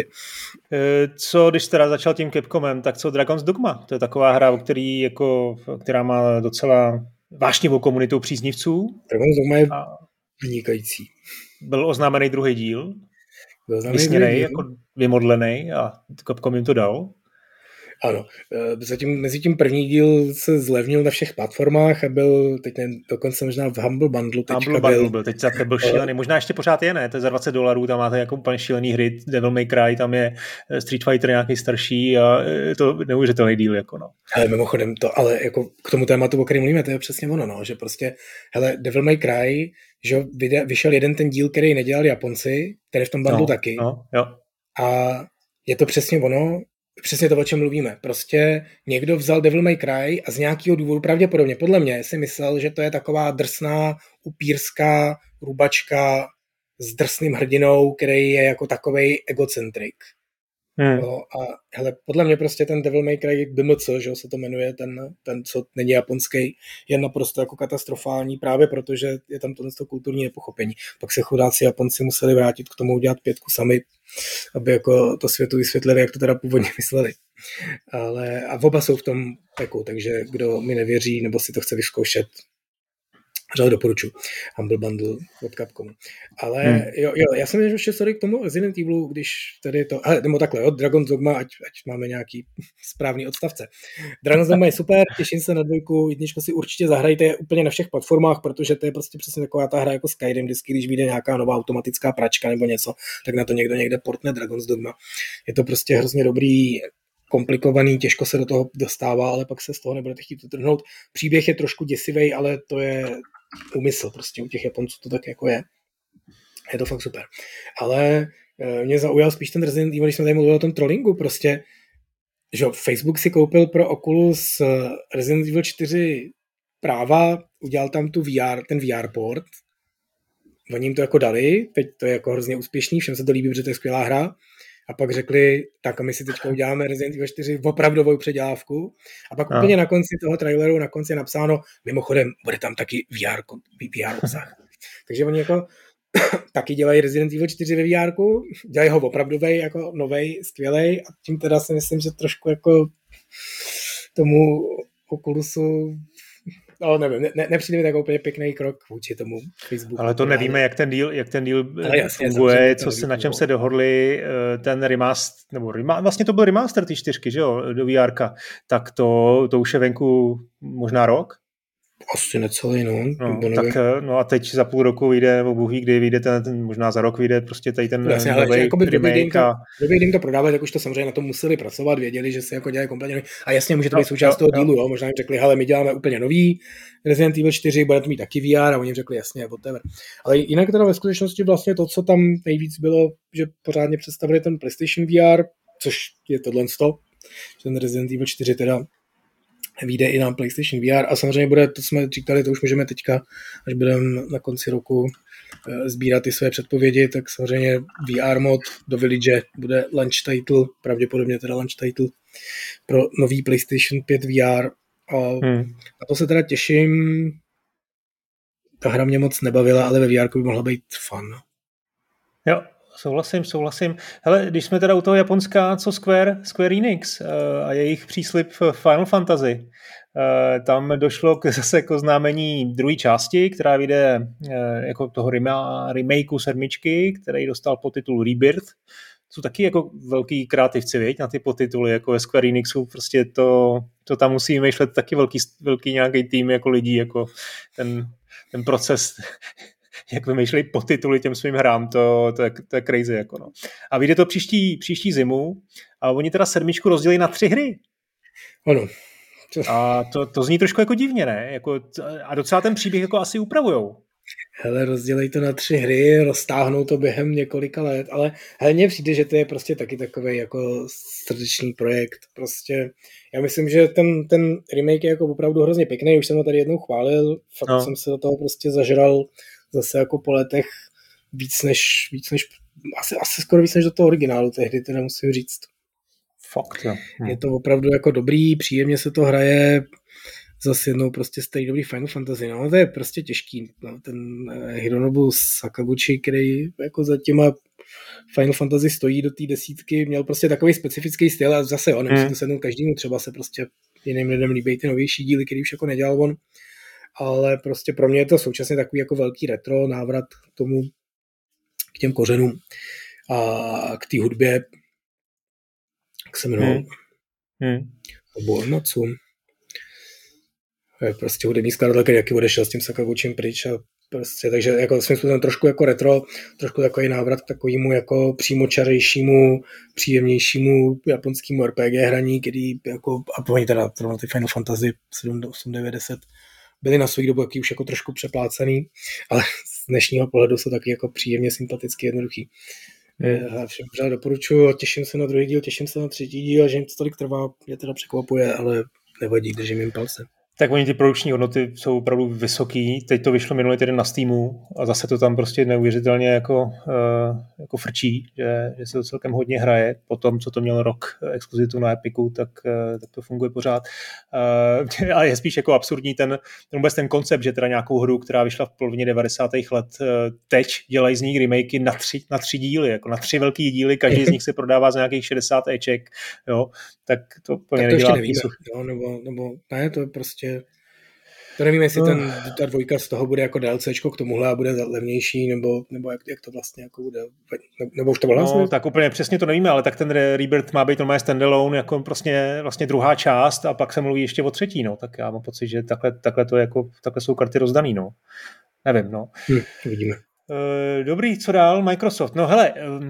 Co, když teda začal tím Capcomem, tak co Dragon's Dogma? To je taková hra, která má docela vášnivou komunitu příznivců. Dragon's Dogma je vynikající. Byl oznámený druhý díl, vysněnej, jako vymodlený, a Capcom jim to dal. Ano, mezi tím první díl se zlevnil na všech platformách a byl teď dokonce možná v Humble Bundle. Byl, teď byl šílený, možná ještě pořád je, ne? To je za $20, tam máte jako úplně šílený hry, Devil May Cry, tam je Street Fighter nějaký starší a je to neuvěřitelný díl, jako no. Hele, mimochodem to, ale jako k tomu tématu, o kterém mluvíme, to je přesně ono, no, že prostě, hele, Devil May Cry, že vyšel jeden ten díl, který nedělali Japonci, který v tom bundlu taky. Jo. A je to přesně ono, přesně to, o čem mluvíme. Prostě někdo vzal Devil May Cry a z nějakého důvodu, pravděpodobně, podle mě, si myslel, že to je taková drsná, upírská rubačka s drsným hrdinou, který je jako takovej egocentrik. No, a hele, podle mě prostě ten Devil May Cry DMC, že se to jmenuje, ten, co není japonský, je naprosto jako katastrofální, právě protože je tam to kulturní nepochopení. Pak se chudáci Japonci museli vrátit k tomu udělat 5 sami, aby jako to světu vysvětlili, jak to teda původně mysleli. A oba jsou v tom peku, takže kdo mi nevěří nebo si to chce vyzkoušet, řád doporučuji. Humble Bundle od Capcomu. Ale jo, já jsem ještě sorry k tomu Resident Evilu, když tady to, nebo takhle, jo, Dragon's Dogma, ať máme nějaký správný odstavce. Dragon's Dogma je super, těším se na 2, 1 si určitě zahrajte úplně na všech platformách, protože to je prostě přesně taková ta hra jako Skyrim, vždycky, když vyjde nějaká nová automatická pračka nebo něco, tak na to někdo někde portne Dragon's Dogma. Je to prostě hrozně dobrý, komplikovaný, těžko se do toho dostává, ale pak se z toho nebudete chtít utrhnout. Příběh je trošku děsivý, ale to je úmysl, prostě u těch Japonců to tak jako je. Je to fakt super. Ale mě zaujal spíš ten Resident Evil, když jsme tady mluvili o tom trollingu, prostě, že Facebook si koupil pro Oculus Resident Evil 4 práva, udělal tam ten VR port, oni jim to jako dali, teď to je jako hrozně úspěšný, všem se to líbí, protože to je skvělá hra. A pak řekli, tak a my si teďka uděláme Resident Evil 4 opravdovou předělávku. A pak úplně na konci toho traileru, na konci je napsáno, mimochodem, bude tam taky VR obsah. Takže oni jako taky dělají Resident Evil 4 ve VR, dělají ho opravdovej, jako novej, skvělej a tím teda si myslím, že trošku jako tomu Oculusu nevím, nepřijde mi tak úplně pěkný krok vůči tomu Facebooku. Ale to nevíme, jak ten deal funguje, na čem se dohodli, ten remaster, vlastně to byl remaster ty 4, že jo, do VR-ka, tak to už je venku možná rok? Asi necelý, no a teď za půl roku vyjde, nebo Bůh ví, kdy vyjde možná za rok vyjde prostě tady ten nový remake. Kdyby jim to prodávat, tak už to samozřejmě na tom museli pracovat, věděli, že se jako dělají kompletně nový. A jasně, může to být součást toho dílu, jo. Možná jim řekli, hele, my děláme úplně nový Resident Evil 4, bude to mít taky VR, a oni jim řekli, jasně, whatever. Ale jinak teda ve skutečnosti vlastně to, co tam nejvíc bylo, že pořádně představili ten PlayStation VR, což je ten Resident Evil 4 teda vyjde i na PlayStation VR a samozřejmě bude, to jsme říkali, to už můžeme teďka, až budeme na konci roku sbírat ty své předpovědi, tak samozřejmě VR mod do Village bude launch title, pravděpodobně teda launch title pro nový PlayStation 5 VR a na to se teda těším. Ta hra mě moc nebavila, ale ve VR by mohla být fun. Jo, souhlasím. Hele, když jsme teda u toho Japonska, co Square Enix a jejich příslib Final Fantasy. Tam došlo zase k oznámení druhé části, která vyjde jako toho remakeu 7, který dostal podtitul Rebirth. Jsou taky jako velký kreativci, viď, na ty podtituly, jako ve Square Enixu, prostě to tam musí vymýšlet taky velký nějaký tým jako lidí, jako ten proces jak vymýšlejí podtituly těm svým hrám, to je crazy. Jako no. A vyjde to příští zimu a oni teda 7 rozdělí na 3 hry. Ano. A to zní trošku jako divně, ne? Jako, a docela ten příběh jako asi upravujou. Hele, rozdělej to na 3 hry, roztáhnou to během několika let, ale mně přijde, že to je prostě taky takovej jako srdečný projekt. Prostě já myslím, že ten remake je jako opravdu hrozně pěkný, už jsem ho tady jednou chválil, fakt jsem se do toho prostě zažral zase jako po letech víc než asi skoro víc než do toho originálu tehdy, teda musím říct. Fakt, jo. Je to opravdu jako dobrý, příjemně se to hraje, zase jednou prostě starý dobrý Final Fantasy, no to je prostě těžký, no, ten Hironobu Sakaguchi, který jako za těma Final Fantasy stojí do té 10, měl prostě takový specifický styl a zase on nemusí to sednout každému, třeba se prostě jiným lidem líbí ty novější díly, který už jako nedělal on, ale prostě pro mě je to současně takový jako velký retro, návrat k těm kořenům a k té hudbě, jak se jmenuje, Bornatsu. Je prostě hudební skladatel, který jaký odešel s tím Sakaguchim pryč a prostě, takže jako svým způsobem trošku jako retro, trošku takový návrat k takovému jako přímočarejšímu, příjemnějšímu japonskému RPG hraní, který jako, a oni teda ty Final Fantasy 7, 8, 9, 10 byly na svou dobu jaký už jako trošku přeplácený, ale z dnešního pohledu jsou taky jako příjemně sympaticky jednoduchý. Všem pořád doporučuji, těším se na druhý díl, těším se na třetí díl, že jim to tolik trvá, mě teda překvapuje, ale nevadí, držím jim palce. Tak oni ty produkční hodnoty jsou opravdu vysoký. Teď to vyšlo minulý týden na Steamu a zase to tam prostě neuvěřitelně jako frčí, že se to celkem hodně hraje. Po tom, co to mělo rok exkluzitu na Epiku, tak to funguje pořád. Ale je spíš jako absurdní vůbec ten koncept, že teda nějakou hru, která vyšla v polovině 90. let, teď dělají z ní remakey na tři díly, jako na 3 velký díly, každý z nich se prodává za nějakých 60 eček, jo, tak to plně nedělá. Tak to ještě nevíme, jo, nebo ne, to je prostě to nevím, jestli ta dvojka z toho bude jako DLCčko k tomuhle a bude levnější, nebo jak to vlastně jako bude, nebo už to bylo vlastně? No, tak úplně přesně to nevíme, ale tak ten Rebirth má být normálně standalone, jako vlastně druhá část a pak se mluví ještě o třetí, no, tak já mám pocit, že takhle jsou karty rozdaný, no. Nevím, no. Vidíme. Dobrý, co dál? Microsoft. No hele,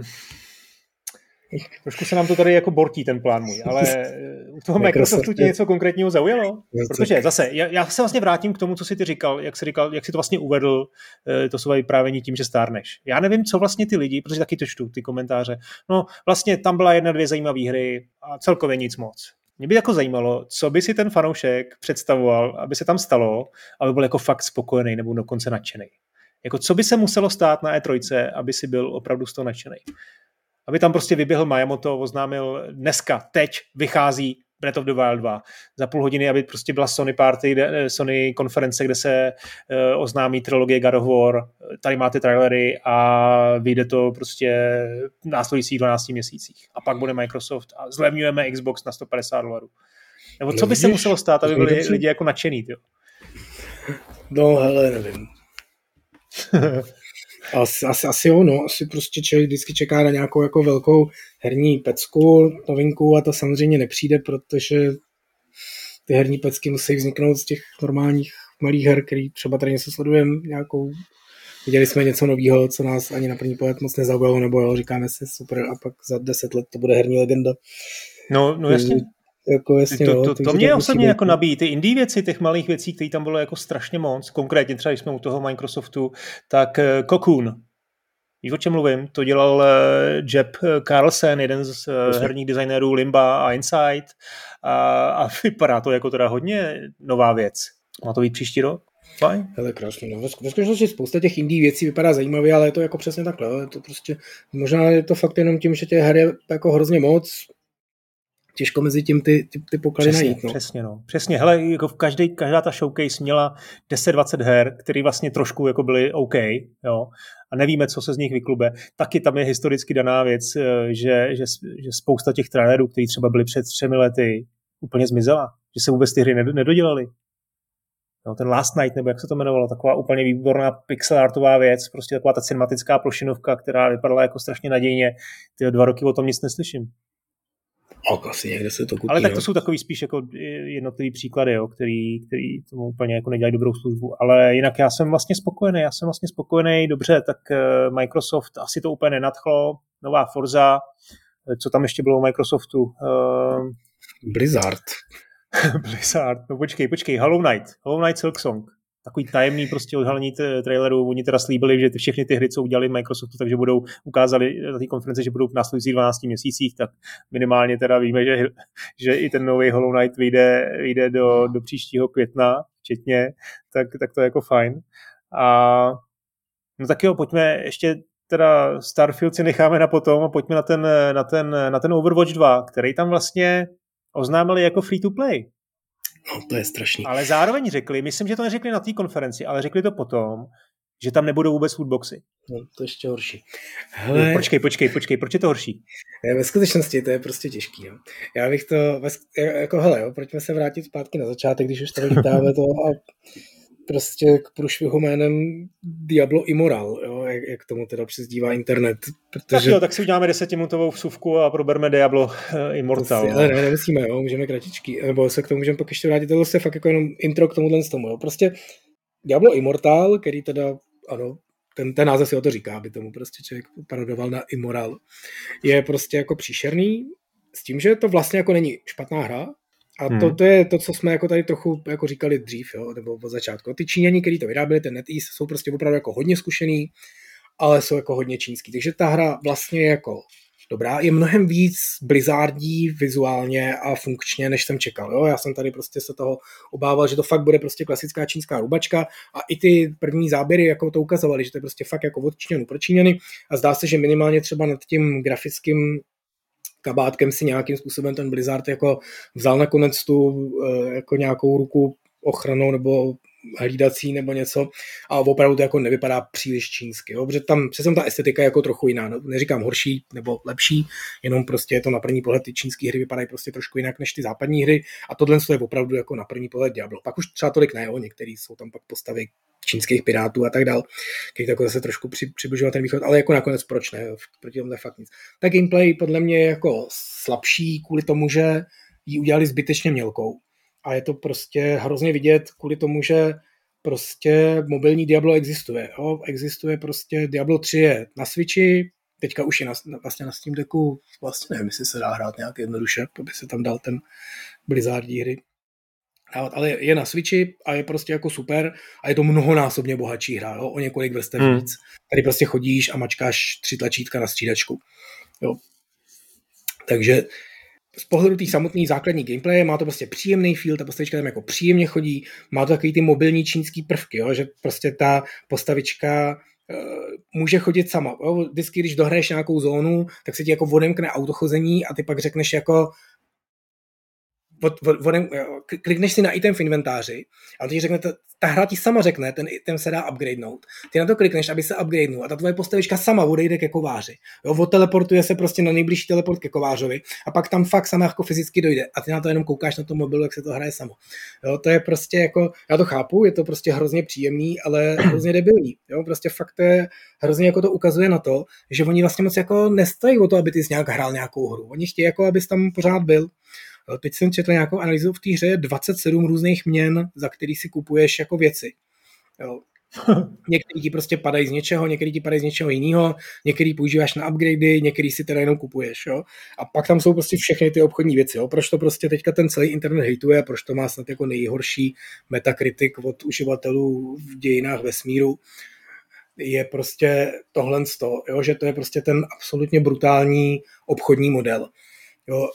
trošku se nám to tady jako bortí ten plán můj, ale u toho Microsoftu tě něco konkrétního zaujalo? Protože zase, já se vlastně vrátím k tomu, co jsi ty říkal, jak jsi to vlastně uvedl, to své vyprávění tím, že stárneš. Já nevím, co vlastně ty lidi, protože taky to čtu, ty komentáře, no vlastně tam byla 1-2 zajímavé hry a celkově nic moc. Mě by jako zajímalo, co by si ten fanoušek představoval, aby se tam stalo, aby byl jako fakt spokojený nebo dokonce nadšený. Jako co by se muselo stát na E3, aby si byl opravdu z toho nadšený. Aby tam prostě vyběhl Miyamoto, oznámil dneska, teď vychází Breath of the Wild 2. Za půl hodiny, aby prostě byla Sony konference, kde se oznámí trilogie God of War, tady máte trailery a vyjde to prostě v následujících 12 měsících. A pak bude Microsoft a zlevňujeme Xbox na $150. Nebo co by se muselo stát, aby byli lidi jako nadšený, tyjo? No, hele, nevím. Asi jo, no, asi prostě člověk vždycky čeká na nějakou jako velkou herní pecku, novinku a to samozřejmě nepřijde, protože ty herní pecky musí vzniknout z těch normálních malých her, který třeba tady něco sledujeme, viděli jsme něco nového, co nás ani na první pohled moc nezaujalo, nebo jo, říkáme si super a pak za 10 let to bude herní legenda. No jasně. Jako jasně, to mě osobně jako nabíjí ty indie věci, těch malých věcí, které tam bylo jako strašně moc, konkrétně třeba když jsme u toho Microsoftu, tak Cocoon, víš, o čem mluvím? To dělal Jeb Carlsen, jeden z herních designérů Limba a Inside a vypadá to jako teda hodně nová věc. Má to být příští rok? Fajn. Hele, krásně. No. Ve skutečnosti spousta těch indie věcí vypadá zajímavě, ale je to jako přesně takhle. Je to prostě, možná je to fakt jenom tím, že těch her je jako hrozně moc, těžko mezi tím ty poklady najít. No. Přesně. Hele, jako každá ta showcase měla 10-20 her, které vlastně trošku jako byly OK, jo, a nevíme, co se z nich vyklube. Taky tam je historicky daná věc, že spousta těch trailerů, které třeba byly před 3 lety, úplně zmizela, že se vůbec ty hry nedodělaly. No, ten Last Night, nebo jak se to jmenovalo, taková úplně výborná pixelartová věc, prostě taková ta cinematická plošinovka, která vypadala jako strašně nadějně. Ty 2 roky o tom nic neslyším. Asi někde se to kupí. Ale tak to jsou takový spíš jako jednotlivý příklady, jo, který tomu úplně jako nedělají dobrou službu. Ale jinak já jsem vlastně spokojený, dobře, tak Microsoft asi to úplně nenadchlo, nová Forza, co tam ještě bylo u Microsoftu? Blizzard, no počkej, Hollow Knight Silksong. Takový tajemný prostě odhalení trailerů. Oni teda slíbili, že všechny ty hry, co udělali Microsoftu, takže budou ukázali na té konferenci, že budou v následujících 12 měsících, tak minimálně teda víme, že i ten nový Hollow Knight vyjde do příštího května včetně, tak to je jako fajn. A no tak jo, pojďme ještě teda Starfield si necháme na potom a pojďme na ten Overwatch 2, který tam vlastně oznámili jako free to play. No, to je strašný. Ale zároveň řekli, myslím, že to neřekli na té konferenci, ale řekli to potom, že tam nebudou vůbec lootboxy. No, to je ještě horší. Hele... Počkej, proč je to horší? Ve skutečnosti to je prostě těžký. Jo. Já bych to, jako hele, jo, pojďme se vrátit zpátky na začátek, když už tady lítáme to a prostě k průšvihu jménem Diablo Immortal, jo, jak tomu teda přizdívá internet. Protože... Tak si uděláme 10minutovou vsuvku a probereme Diablo Immortal. Ale nemusíme, jo, můžeme kratičky, nebo se k tomu můžeme pak ještě vrátit, tohle je fakt jako jenom intro k tomuhle tomu, jo. Prostě Diablo Immortal, který teda, ano, ten název si o to říká, aby tomu prostě člověk parodoval na Immoral, je prostě jako příšerný, s tím, že to vlastně jako není špatná hra, a to je to, co jsme jako tady trochu jako říkali dřív, jo, nebo od začátku. Ty Číňani, kteří to vyráběli, ten NetEase, jsou prostě opravdu jako hodně zkušený, ale jsou jako hodně čínský. Takže ta hra vlastně je jako dobrá, je mnohem víc blizzardí vizuálně a funkčně, než jsem čekal. Jo? Já jsem tady prostě se toho obával, že to fakt bude prostě klasická čínská rubačka a i ty první záběry jako to ukazovaly, že to je prostě fakt jako od Číňanů pro Číňany a zdá se, že minimálně třeba nad tím grafickým kabátkem si nějakým způsobem ten Blizzard jako vzal nakonec tu jako nějakou ruku ochranou nebo hlídací nebo něco a opravdu to jako nevypadá příliš čínsky, jo? Protože tam přesně ta estetika je jako trochu jiná, no, neříkám horší nebo lepší, jenom prostě je to na první pohled ty čínské hry vypadají prostě trošku jinak než ty západní hry a tohle je opravdu jako na první pohled Diablo. Pak už třeba tolik ne, jo? Některý jsou tam pak postavy čínských pirátů a tak dál, který jako zase trošku přibližovat ten východ, ale jako nakonec proč ne, proti tomu fakt nic. Tak gameplay podle mě je jako slabší kvůli tomu, že ji udělali zbytečně mělkou. A je to prostě hrozně vidět kvůli tomu, že prostě mobilní Diablo existuje. Jo? Existuje prostě Diablo 3 je na Switchi, teďka už je vlastně na Steam Decku, vlastně nevím, jestli se dá hrát nějak jednoduše, aby se tam dal ten Blizzardí hry. Ale je na Switchi a je prostě jako super a je to mnohonásobně bohatší hra, jo? O několik vrstev víc. Tady prostě chodíš a mačkáš 3 tlačítka na střídačku. Jo? Takže z pohledu té samotné základní gameplaye má to prostě příjemný feel, ta postavička tam jako příjemně chodí, má to takový ty mobilní čínský prvky, jo? Že prostě ta postavička může chodit sama. Jo? Vždycky, když dohraješ nějakou zónu, tak se ti jako odemkne autochození a ty pak řekneš jako klikneš si na item v inventáři a on ti řekne, ta hra ti sama řekne, ten item se dá upgradenout. Ty na to klikneš, aby se upgradenul a ta tvoje postavička sama odejde ke kováři. Jo, odteleportuje se prostě na nejbližší teleport ke kovářovi a pak tam fakt sama jako fyzicky dojde a ty na to jenom koukáš na tom mobilu, jak se to hraje samo. Jo, to je prostě jako, já to chápu, je to prostě hrozně příjemný, ale hrozně debilní. Jo, prostě fakt to je hrozně jako to ukazuje na to, že oni vlastně moc jako nestojí o to, aby ty jsi nějak hrál nějakou hru. Oni chtějí jako, abys tam pořád byl. Teď jsem četl nějakou analýzu, v té hře je 27 různých měn, za který si kupuješ jako věci. Jo. Některý ti prostě padají z něčeho, některý ti padají z něčeho jiného, některý používáš na upgradey, některý si teda jenom kupuješ. Jo. A pak tam jsou prostě všechny ty obchodní věci. Jo. Proč to prostě teďka ten celý internet hejtuje, proč to má snad jako nejhorší metakritik od uživatelů v dějinách vesmíru, je prostě tohle, jo, že to je prostě ten absolutně brutální obchodní model. Jo.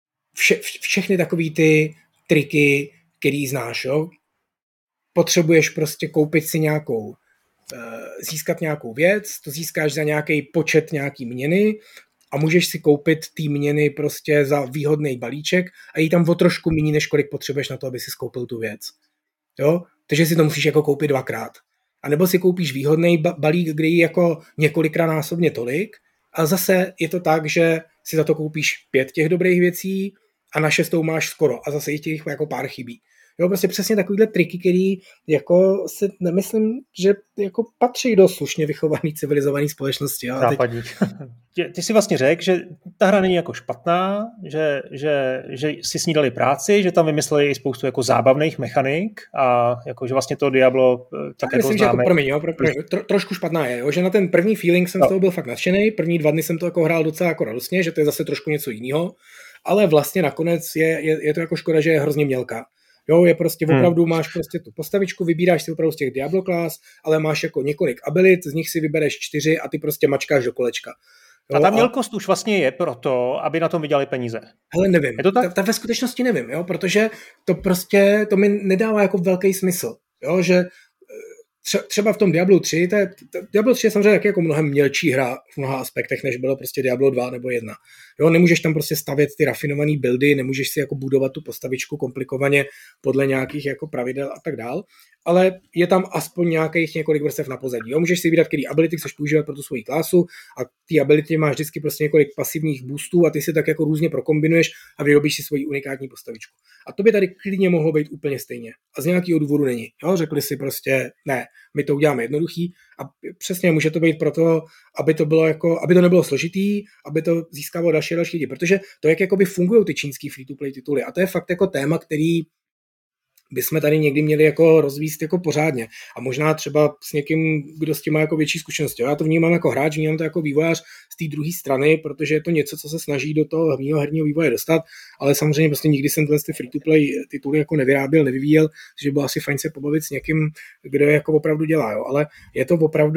Všechny takový ty triky, který znáš, jo? Potřebuješ prostě koupit si nějakou, získat nějakou věc, to získáš za nějaký počet nějaký měny a můžeš si koupit ty měny prostě za výhodný balíček a jí tam o trošku méně, než kolik potřebuješ na to, aby si koupil tu věc. Jo? Takže si to musíš jako koupit 2krát. A nebo si koupíš výhodný balík, kde jí jako několikrát násobně tolik, a zase je to tak, že si za to koupíš 5 těch dobrých věcí a na 6 máš skoro a zase těch jako pár chybí. Jo, prostě přesně takovýhle triky, který jako si nemyslím, že jako patří do slušně vychovaný civilizovaný společnosti. Jo? Západní. Ty si vlastně řekl, že ta hra není jako špatná, že si s ní dali práci, že tam vymysleli i spoustu jako zábavných mechanik a jako, že vlastně to Diablo tak jako myslím, známe. Že jako trošku špatná je, jo? Že na ten první feeling jsem z toho byl fakt nadšený, první 2 dny jsem to jako hrál docela jako radostně, že to je zase trošku něco jiného, ale vlastně nakonec je to jako škoda, že je hrozně mělká. Jo, je prostě opravdu, máš prostě tu postavičku, vybíráš si opravdu z těch Diablo class, ale máš jako několik abilit, z nich si vybereš 4 a ty prostě mačkáš do kolečka. Jo, a ta mělkost už vlastně je proto, aby na tom vydělali peníze. Hele, nevím. Je to tak? Ta ve skutečnosti nevím, jo, protože to mi nedává jako velký smysl, jo, že třeba v tom Diablo 3, Diablo 3 je samozřejmě taky jako mnohem mělčí hra v mnoha aspektech, než bylo prostě Diablo 2 nebo 1. Jo, nemůžeš tam prostě stavět ty rafinované buildy, nemůžeš si jako budovat tu postavičku komplikovaně podle nějakých jako pravidel a tak dál, ale je tam aspoň nějakých několik vrstev na pozadí. Jo, můžeš si vybírat, který ability chceš používat pro tu svoji klasu a ty ability máš vždycky prostě několik pasivních boostů a ty si tak jako různě prokombinuješ a vyrobíš si svoji unikátní postavičku. A to by tady klidně mohlo být úplně stejně. A z nějakého důvodu není. Jo, řekli si prostě, ne, my to uděláme jednoduchý a přesně může to být proto, aby to bylo jako, aby to nebylo složitý, aby to získávalo další lidi, protože to, jak jakoby fungují ty čínský free-to-play tituly, a to je fakt jako téma, který bychom tady někdy měli jako rozvíst jako pořádně. A možná třeba s někým, kdo s tím má jako větší zkušenosti. Já to vnímám jako hráč, vnímám to jako vývojář z té druhé strany, protože je to něco, co se snaží do toho hlavního herního vývoje dostat, ale samozřejmě prostě nikdy jsem ty free-to-play tituly jako nevyráběl, nevyvíjel, takže bylo asi fajn se pobavit s někým, kdo je jako opravdu dělá. Jo. Ale je to opravdu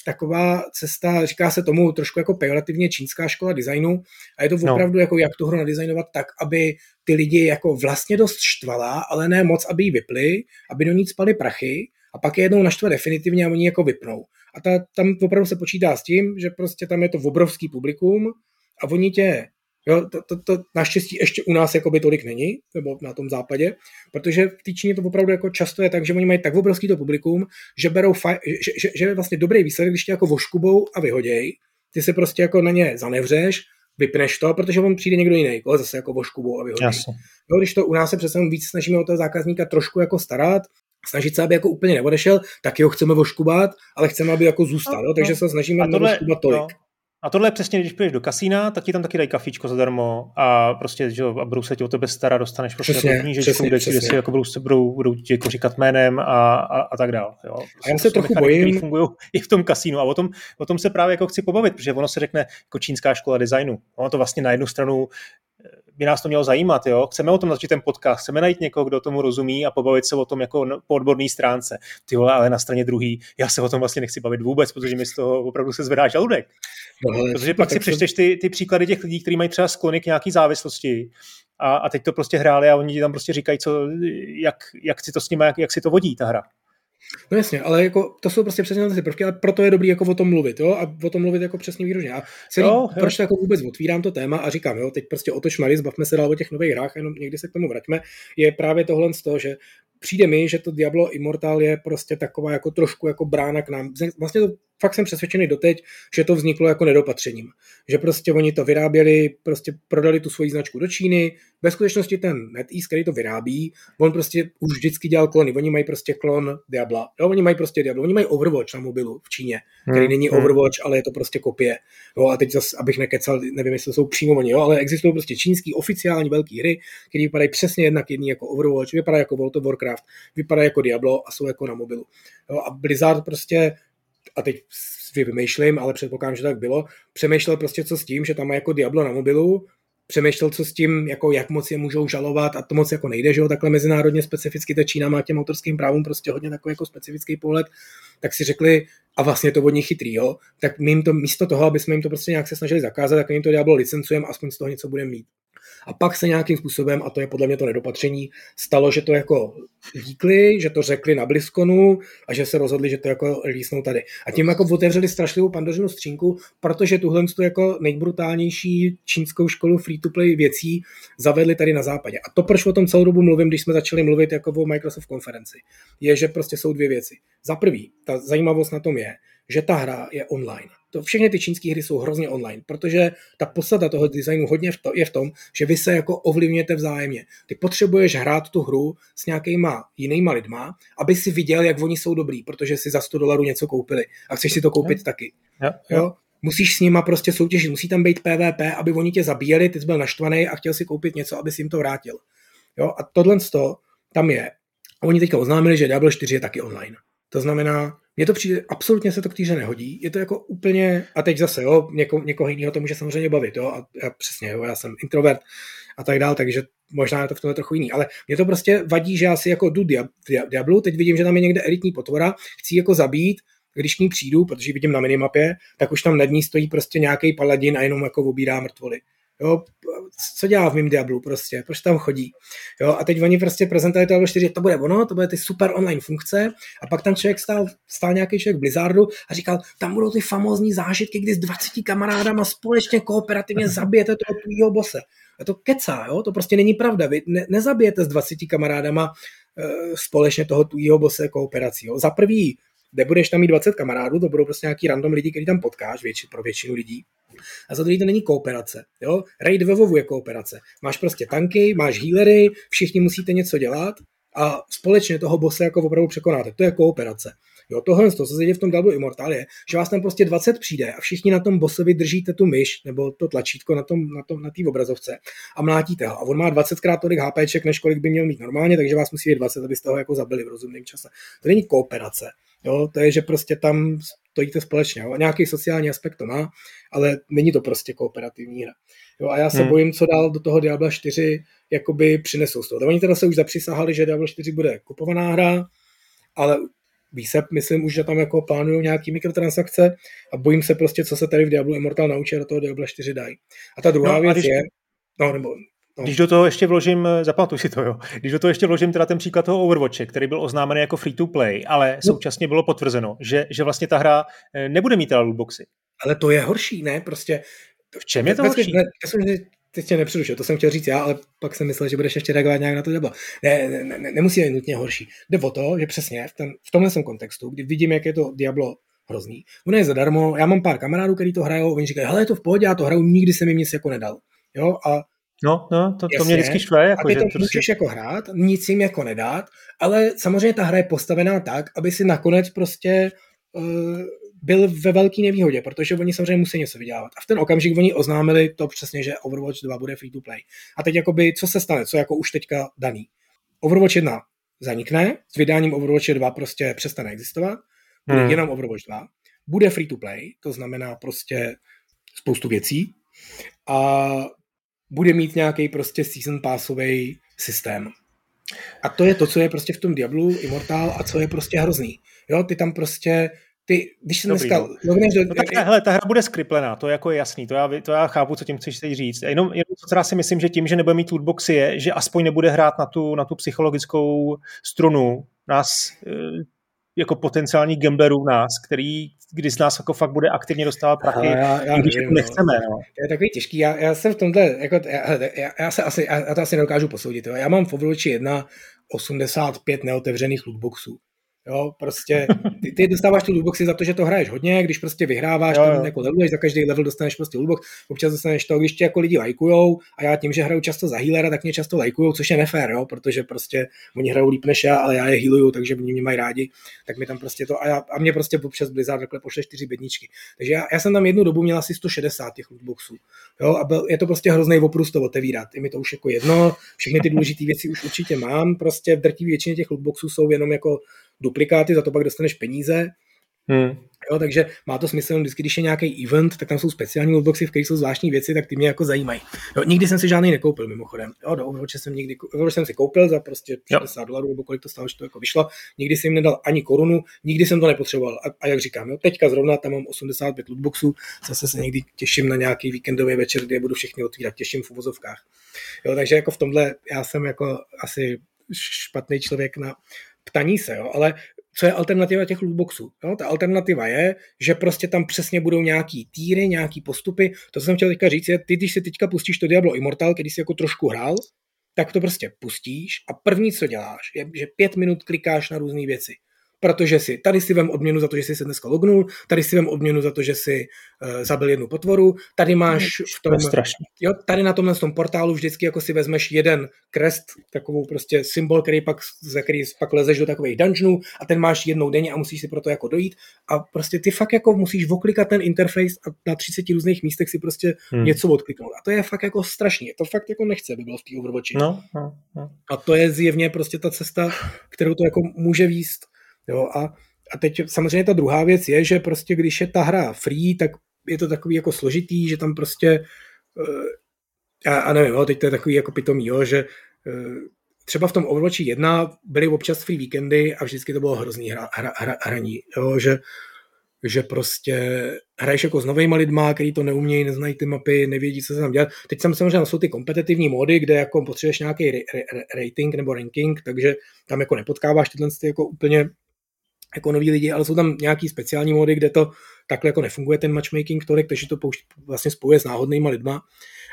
taková cesta, říká se tomu trošku jako pejorativně čínská škola designu a je to opravdu jako jak tu hru nadizajnovat tak, aby ty lidi jako vlastně dost štvala, ale ne moc, aby ji vypli, aby do ní spali prachy a pak je jednou naštve definitivně a oni jako vypnou. A tam opravdu se počítá s tím, že prostě tam je to obrovský publikum a oni tě, jo, to naštěstí ještě u nás jakoby tolik není, nebo na tom západě, protože v té Číně to opravdu jako často je tak, že oni mají tak obrovský to publikum, že berou že je vlastně dobrý výsledek, když tě jako voškubou a vyhoděj, ty se prostě jako na ně zanevřeš, vypneš to, protože on přijde někdo jiný, koho zase jako voškubou a vyhoděj. No, když to u nás se přece víc snažíme o toho zákazníka trošku jako starat, snažit se, aby jako úplně neodešel, tak ho chceme voškubat, ale chceme, aby jako zůstal, no, takže se snažíme nevoškubat tolik. No. A tohle je přesně, když půjdeš do kasína, tak ti tam taky dají kafíčko zadarmo a prostě, že a budou se ti o tebe starat, dostaneš prostě knížečku, kde si jako budou ti jako říkat jménem a tak dál. Jo. A já se trochu bojím. Fungují i v tom kasínu a o tom se právě jako chci pobavit, protože ono se řekne jako čínská škola designu. Ono to vlastně na jednu stranu by nás to mělo zajímat, jo? Chceme o tom začít ten podcast, chceme najít někoho, kdo tomu rozumí a pobavit se o tom jako po odborné stránce. Ty vole, ale na straně druhý, já se o tom vlastně nechci bavit vůbec, protože mi z toho opravdu se zvedá žaludek. Protože pak si přečteš ty příklady těch lidí, kteří mají třeba sklony k nějaký závislosti a teď to prostě hráli a oni ti tam prostě říkají, jak si to s nimi, jak si to vodí ta hra. No jasně, ale jako to jsou prostě přesně ty prvky, ale proto je dobrý jako o tom mluvit, jo, a o tom mluvit jako přesně výrožně. A proč to jako vůbec otvírám to téma a říkám, jo, teď prostě otoč Maris, bavme se dál o těch nových hrách, jenom někdy se k tomu vraťme, je právě tohle z toho, že přijde mi, že to Diablo Immortal je prostě taková jako trošku jako brána k nám. Vlastně to fakt jsem přesvědčený doteď, že to vzniklo jako nedopatřením. Že prostě oni to vyráběli, prostě prodali tu svoji značku do Číny. Ve skutečnosti ten NetEase, který to vyrábí, on prostě už vždycky dělal klony. Oni mají prostě klon Diabla. Jo, oni mají prostě Diablo. Oni mají Overwatch na mobilu v Číně, který není Overwatch, ale je to prostě kopie. Jo, a teď zase, abych nekecal, nevím, jestli to jsou přímo oni, jo, ale existují prostě čínský oficiální velké hry, které vypadají přesně jednak jedný jako Overwatch, vypadají jako World of Warcraft, vypadají jako Diablo a jsou jako na mobilu. Jo, a Blizzard prostě, a teď vymýšlím, ale předpokládám, že tak bylo, přemýšlel prostě co s tím, že tam má jako Diablo na mobilu, přemýšlel co s tím, jako jak moc je můžou žalovat a to moc jako nejde, že jo, takhle mezinárodně specificky ta Čína má těm autorským právům prostě hodně takový jako specifický pohled, tak si řekli, a vlastně to od nich chytrý, jo, tak my jim to místo toho, aby jsme jim to prostě nějak se snažili zakázat, tak my jim to Diablo licencujeme, aspoň z toho něco budeme mít. A pak se nějakým způsobem, a to je podle mě to nedopatření, stalo, že to jako líkli, že to řekli na BlizzConu a že se rozhodli, že to jako releasenou tady. A tím jako otevřeli strašlivou Pandořinu skřínku, protože tuhle jako nejbrutálnější čínskou školu free-to-play věcí zavedli tady na západě. A to, proč o tom celou dobu mluvím, když jsme začali mluvit jako o Microsoft konferenci, je, že prostě jsou dvě věci. Za prvý, ta zajímavost na tom je, že ta hra je online. To všechny ty čínské hry jsou hrozně online, protože ta podstata toho designu hodně je v tom, že vy se jako ovlivňujete vzájemně. Ty potřebuješ hrát tu hru s nějakýma jinýma lidma, aby si viděl, jak oni jsou dobrý, protože si za $100 něco koupili a chceš si to koupit taky. Jo? Musíš s nima prostě soutěžit, musí tam být PvP, aby oni tě zabíjeli, ty jsi byl naštvaný a chtěl si koupit něco, aby si jim to vrátil. Jo? A tohle tam je. A oni teďka oznámili, že Diablo 4 je taky online. To znamená, mně to přijde, absolutně se to k týře nehodí, je to jako úplně, a teď zase, jo, někoho jiného to může samozřejmě bavit, jo, a já přesně, jo, já jsem introvert a tak dál, takže možná je to v tom je trochu jiný, ale mě to prostě vadí, že já si jako jdu Diablu, teď vidím, že tam je někde elitní potvora, chci jako zabít, když k ní přijdu, protože ji vidím na minimapě, tak už tam nad ní stojí prostě nějaký paladin a jenom jako obírá mrtvoly. Jo, co dělá v mým Diablu prostě, proč tam chodí. Jo, a teď oni prostě prezentovali Diablo 4, to bude ono, to bude ty super online funkce a pak tam stál nějaký člověk v Blizzardu a říkal, tam budou ty famózní zážitky, kdy s 20 kamarádama společně kooperativně zabijete toho tvýho bose. A to kecá, jo, to prostě není pravda, vy nezabijete s 20 kamarádama společně toho tvýho bose kooperací. Jo. Za prvý, nebudeš tam mít 20 kamarádů, to budou prostě nějaký random lidi, který tam potkáš, pro většinu lidí. A za druhý to není kooperace. Jo? Raid ve WoWu je kooperace. Máš prostě tanky, máš healery, všichni musíte něco dělat a společně toho bose jako opravdu překonáte. To je kooperace. Jo, tohle, co se děje v tom Diablo Immortal je, že vás tam prostě 20 přijde a všichni na tom bossovi držíte tu myš nebo to tlačítko na té obrazovce a mlátíte ho. A on má 20krát tolik HPček, než kolik by měl mít normálně, takže vás musí být 20, abyste ho jako zabili v rozumném čase. To není kooperace. Jo, to je, že prostě tam stojíte společně. Jo. Nějaký sociální aspekt to má, ale není to prostě kooperativní hra. Jo, a já se bojím, co dál do toho Diabla 4 jakoby přinesou z toho. Oni teda se už zapřísahali, že Diablo 4 bude kupovaná hra, ale výsep, myslím už, že tam jako plánují nějaký mikrotransakce a bojím se prostě, co se tady v Diablo Immortal naučí a do toho Diablo 4 dají. A ta druhá věc je, když do toho ještě vložím, zapamatuj si to, jo, když do toho ještě vložím teda ten příklad toho Overwatche, který byl oznámený jako free to play, ale současně bylo potvrzeno, že vlastně ta hra nebude mít teda lootboxy. Ale to je horší, ne? Prostě... V čem je to horší? Teď tě nepřerušil, to jsem chtěl říct já, ale pak jsem myslel, že budeš ještě reagovat nějak na to Diablo. Nemusí být nutně horší. Jde o to, že přesně v tomhle kontextu, kdy vidím, jak je to Diablo hrozný. Ono je zadarmo, já mám pár kamarádů, kteří to hrajou, oni říkají, hele, je to v pohodě, já to hraju, nikdy jsem jim nic jako nedal. Jo, a to mě vždycky štve. Jako, a ty to můžeš jako hrát, nic jim jako nedát, ale samozřejmě ta hra je postavená tak, aby si nakonec prostě byl ve velké nevýhodě, protože oni samozřejmě musí něco vydělávat. A v ten okamžik oni oznámili to přesně, že Overwatch 2 bude free to play. A teď jakoby, co se stane, co jako už teďka daný. Overwatch 1 zanikne, s vydáním Overwatch 2 prostě přestane existovat, bude jenom Overwatch 2, bude free to play, to znamená prostě spoustu věcí a bude mít nějaký prostě season passový systém. A to je to, co je prostě v tom Diablu Immortal a co je prostě hrozný. Jo, ty tam prostě když se dneska logneš do... Hele, ta hra bude skriplená, to jako je jasný, to já chápu, co tím chceš teď říct. Jenom co teda si myslím, že tím, že nebude mít lootboxy je, že aspoň nebude hrát na tu psychologickou strunu nás, jako potenciální gamblerů nás, kdy z nás jako fakt bude aktivně dostávat prachy, když jako nechceme. No. To je takový těžký, já jsem v tomhle, jako, já to asi nedokážu posoudit. Jo. Já mám v Overwatchi 1 85 neotevřených lootboxů. Jo, prostě ty dostáváš tu lootboxy za to, že to hraješ hodně, když prostě vyhráváš, tam jako leveluješ, za každý level dostaneš prostě lootbox, občas dostaneš to, když tě jako lidi lajkujou a já tím, že hraju často za healera, tak mě často lajkujou, což je nefér, jo, protože prostě oni hrajou líp než já, ale já je healuju, takže oni mě mají rádi, tak mi tam prostě to a mě prostě občas Blizzard takhle pošle 4 bedničky. Takže já jsem tam jednu dobu měl asi 160 těch lootboxů. Jo, a je to prostě hrozný oprus to otevírat. Je mi to už jako jedno, všechny ty důležité věci už určitě mám, prostě v drtivé většině těch lootboxů jsou jenom jako duplikáty, za to pak dostaneš peníze. Jo, takže má to smysl, vždycky, když je nějaký event, tak tam jsou speciální lootboxy, v kterých jsou zvláštní věci, tak ty mě jako zajímají. Jo, nikdy jsem si žádný nekoupil, mimochodem. Jo, do Overwatche jsem si koupil za prostě $60, nebo kolik to stálo, že to jako vyšlo. Nikdy jsem jim nedal ani korunu, nikdy jsem to nepotřeboval. A jak říkám, jo, teďka zrovna tam mám 85 lootboxů, zase se někdy těším na nějaký víkendový večer, kdy je budu všechny otvírat, těším v uvozovkách. Jo, takže jako v tomhle já jsem jako asi špatný člověk na ptaní se, jo, ale co je alternativa těch lootboxů? Jo? Ta alternativa je, že prostě tam přesně budou nějaký týry, nějaký postupy. To, co jsem chtěl teďka říct, je, ty, když si teďka pustíš to Diablo Immortal, když jsi jako trošku hrál, tak to prostě pustíš a první, co děláš, je, že 5 minut klikáš na různé věci. Protože tady si vem odměnu za to, že jsi se dneska lognul, tady si vem odměnu za to, že jsi zabil jednu potvoru, tady máš v tom, tady na tomhle tom portálu vždycky jako si vezmeš jeden crest, takovou prostě symbol, za který pak lezeš do takových dungeonů a ten máš jednou denně a musíš si proto jako dojít a prostě ty fakt jako musíš oklikat ten interface a na 30 různých místech si prostě něco odkliknout. A to je fakt jako strašně, to fakt jako nechce, by bylo v té Overwatchi. No. A to je zjevně prostě ta cesta, kterou to jako může vést. Jo, a teď samozřejmě ta druhá věc je, že prostě když je ta hra free, tak je to takový jako složitý, že tam prostě já nevím, jo, teď to je takový jako pitomý, jo, že třeba v tom Overwatchi 1 byly občas free víkendy a vždycky to bylo hrozný hraní, jo, že prostě hraješ jako s novejma lidma, který to neumějí, neznají ty mapy, nevědí, co se tam dělat. Teď samozřejmě jsou ty kompetitivní módy, kde jako potřebuješ nějaký rating nebo ranking, takže tam jako nepotkáváš tyhle jako úplně jako noví lidi, ale jsou tam nějaký speciální módy, kde to takhle jako nefunguje ten matchmaking tolik, takže to vlastně spojuje s náhodnýma lidma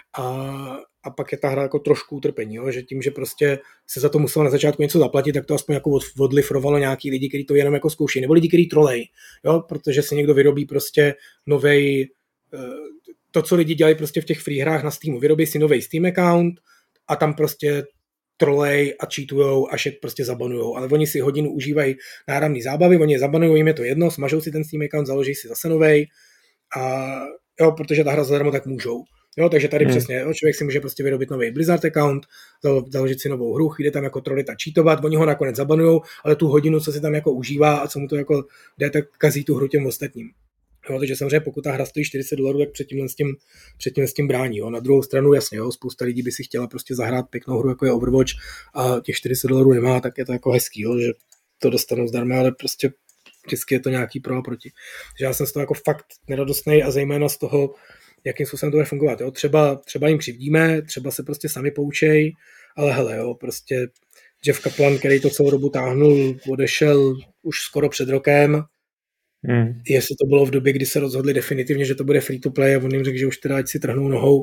a pak je ta hra jako trošku utrpení, jo? Že tím, že prostě se za to muselo na začátku něco zaplatit, tak to aspoň jako odlifrovalo nějaký lidi, kteří to jenom jako zkouší, nebo lidi, kteří trolej, jo? Protože si někdo vyrobí prostě novej, to, co lidi dělají prostě v těch free hrách na Steamu, vyrobí si novej Steam account a tam prostě trolej a cheatujou, až je prostě zabanujou. Ale oni si hodinu užívají náramný zábavy, oni je zabanujou, jim je to jedno, smažou si ten Steam account, založí si zase novej a jo, protože ta hra zadarmo tak můžou. Jo, takže tady přesně, jo, člověk si může prostě vyrobit nový Blizzard account, založit si novou hru, jde tam jako trolit a cheatovat, oni ho nakonec zabanujou, ale tu hodinu, co si tam jako užívá a co mu to jako jde, tak kazí tu hru těm ostatním. Jo, takže samozřejmě pokud ta hra stojí $40, tak předtím s tím brání. Jo. Na druhou stranu jasně, jo, spousta lidí by si chtěla prostě zahrát pěknou hru, jako je Overwatch a těch $40 nemá, tak je to jako hezký, jo, že to dostanou zdarma, ale prostě vždycky je to nějaký pro a proti. Takže já jsem z toho jako fakt neradostnej a zejména z toho, jakým způsobem to bude fungovat. Jo? Třeba jim křivdíme, třeba se prostě sami poučej, ale hele, jo, prostě Jeff Kaplan, který to celou dobu táhnul, odešel už skoro před rokem. Jestli to bylo v době, kdy se rozhodli definitivně, že to bude free to play a on jim řekl, že už teda ať si trhnou nohou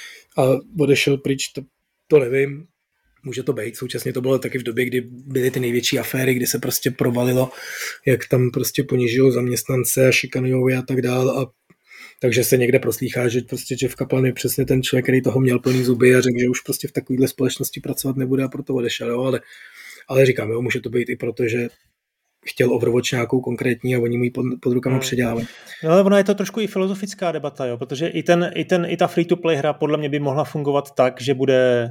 a odešel pryč, to nevím. Může to být. Současně to bylo taky v době, kdy byly ty největší aféry, kdy se prostě provalilo, jak tam prostě ponižují zaměstnance a šikanujou a tak dál. A takže se někde proslýchá, že prostě Jeff Kaplan je přesně ten člověk, který toho měl plný zuby a řekl, že už prostě v takovéhle společnosti pracovat nebude a proto odešel. Jo? Ale říkám, jo, může to být i proto, že chtěl Overwatch nějakou konkrétní a oni mu ji pod rukama předělávají. No ale ona je to trošku i filozofická debata, jo? Protože i ta free-to-play hra podle mě by mohla fungovat tak, že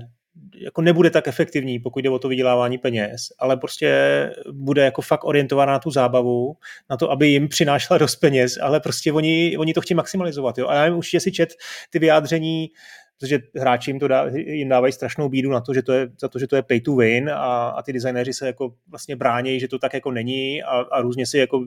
jako nebude tak efektivní, pokud jde o to vydělávání peněz, ale prostě bude jako fakt orientovaná na tu zábavu, na to, aby jim přinášela dost peněz, ale prostě oni to chtějí maximalizovat. Jo? A já určitě si čet ty vyjádření, protože hráči jim dávají strašnou bídu na to, že to je pay to win a ty designéři se jako vlastně brání, že to tak jako není a různě si jako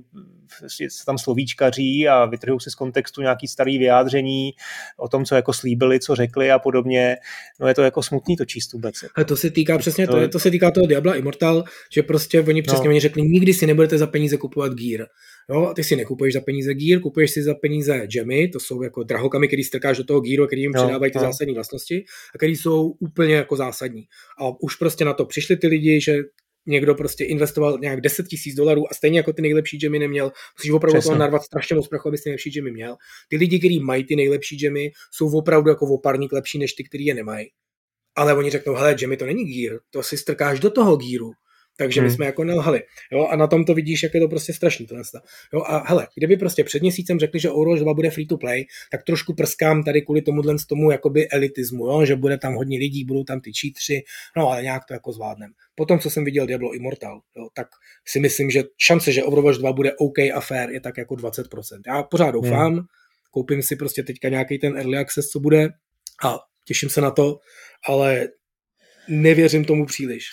se tam slovíčkaří a vytrhují si z kontextu nějaký starý vyjádření o tom, co jako slíbili, co řekli a podobně. No je to jako smutný to číst vůbec. A to se týká přesně to se týká toho Diabla Immortal, že prostě oni řekli, nikdy si nebudete za peníze kupovat gear. Jo, a ty si nekupuješ za peníze gear, kupuješ si za peníze gemy, to jsou jako drahokamy, který strkáš do toho gearu, který jim předávají ty zásadní vlastnosti a který jsou úplně jako zásadní. A už prostě na to přišli ty lidi, že někdo prostě investoval nějak $10,000 a stejně jako ty nejlepší gemy neměl, musíš opravdu toho narvat strašně moc prachu, abys ty nejlepší gemy měl. Ty lidi, kteří mají ty nejlepší gemy, jsou opravdu jako oparník lepší než ty, kteří je nemají. Ale oni řeknou, hele, gemy to není gear, to si strkáš do toho gearu. Takže my jsme jako nelhali. Jo? A na tom to vidíš, jak je to prostě strašný. Jo? A hele, kdyby prostě před měsícem řekli, že Overwatch 2 bude free to play, tak trošku prskám tady kvůli tomu jakoby elitismu, jo? Že bude tam hodně lidí, budou tam ty cheatři, no ale nějak to jako zvládnem. Potom, co jsem viděl Diablo Immortal, jo, tak si myslím, že šance, že Overwatch 2 bude OK a fair, je tak jako 20%. Já pořád doufám, koupím si prostě teďka nějaký ten early access, co bude a těším se na to, ale nevěřím tomu příliš.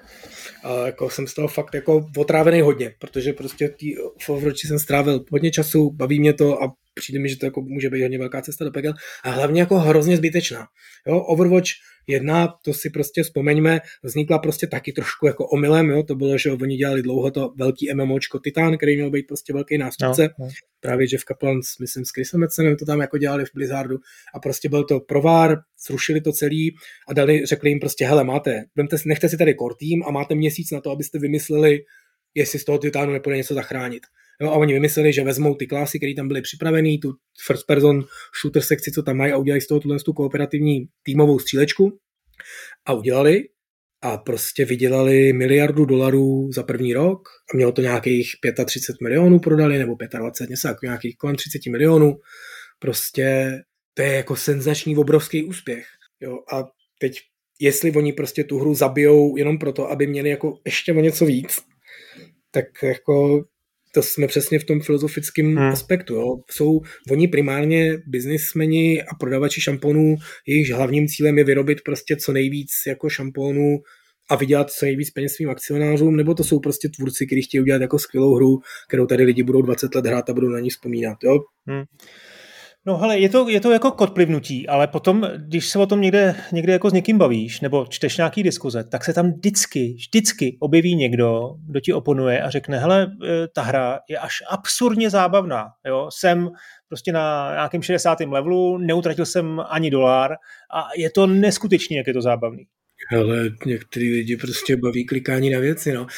A jako jsem z toho fakt jako otrávený hodně, protože prostě v Overwatchi jsem strávil hodně času, baví mě to a přijde mi, že to jako může být hodně velká cesta do pekel a hlavně jako hrozně zbytečná. Jo, Overwatch 1, to si prostě vzpomeňme, vznikla prostě taky trošku jako omylem, jo, to bylo, že oni dělali dlouho to velký MMOčko Titan, který měl být prostě velký nástupce. No. Právě Jeff Kaplan, myslím, s Chrisem Metzenem to tam jako dělali v Blizzardu a prostě byl to provár, zrušili to celý a řekli jim prostě, hele, nechte si tady core team a máte měsíc na to, abyste vymysleli, jestli z toho Titanu nepůjde něco zachránit. Jo, a oni vymysleli, že vezmou ty klasy, které tam byly připravený, tu first person shooter sekci, co tam mají a udělají z toho tu kooperativní týmovou střílečku a udělali a prostě vydělali $1 miliardu za první rok a mělo to nějakých 35 milionů prodali nebo 25, něco jako nějakých kolem 30 milionů. Prostě to je jako senzační obrovský úspěch. Jo, a teď jestli oni prostě tu hru zabijou jenom proto, aby měli jako ještě o něco víc, tak jako to jsme přesně v tom filozofickém aspektu. Jo. Jsou oni primárně biznismeni a prodavači šamponů, jejichž hlavním cílem je vyrobit prostě co nejvíc jako šamponů a vydělat co nejvíc peněz svým akcionářům, nebo to jsou prostě tvůrci, kteří chtějí udělat jako skvělou hru, kterou tady lidi budou 20 let hrát a budou na ní vzpomínat. Jo. No hele, je to jako kotplivnutí, ale potom, když se o tom někde jako s někým bavíš, nebo čteš nějaký diskuze, tak se tam vždycky objeví někdo, kdo ti oponuje a řekne, hele, ta hra je až absurdně zábavná, jo, jsem prostě na nějakém 60. levelu, neutratil jsem ani $1 a je to neskutečný, jak je to zábavný. Hele, některý lidi prostě baví klikání na věci, no.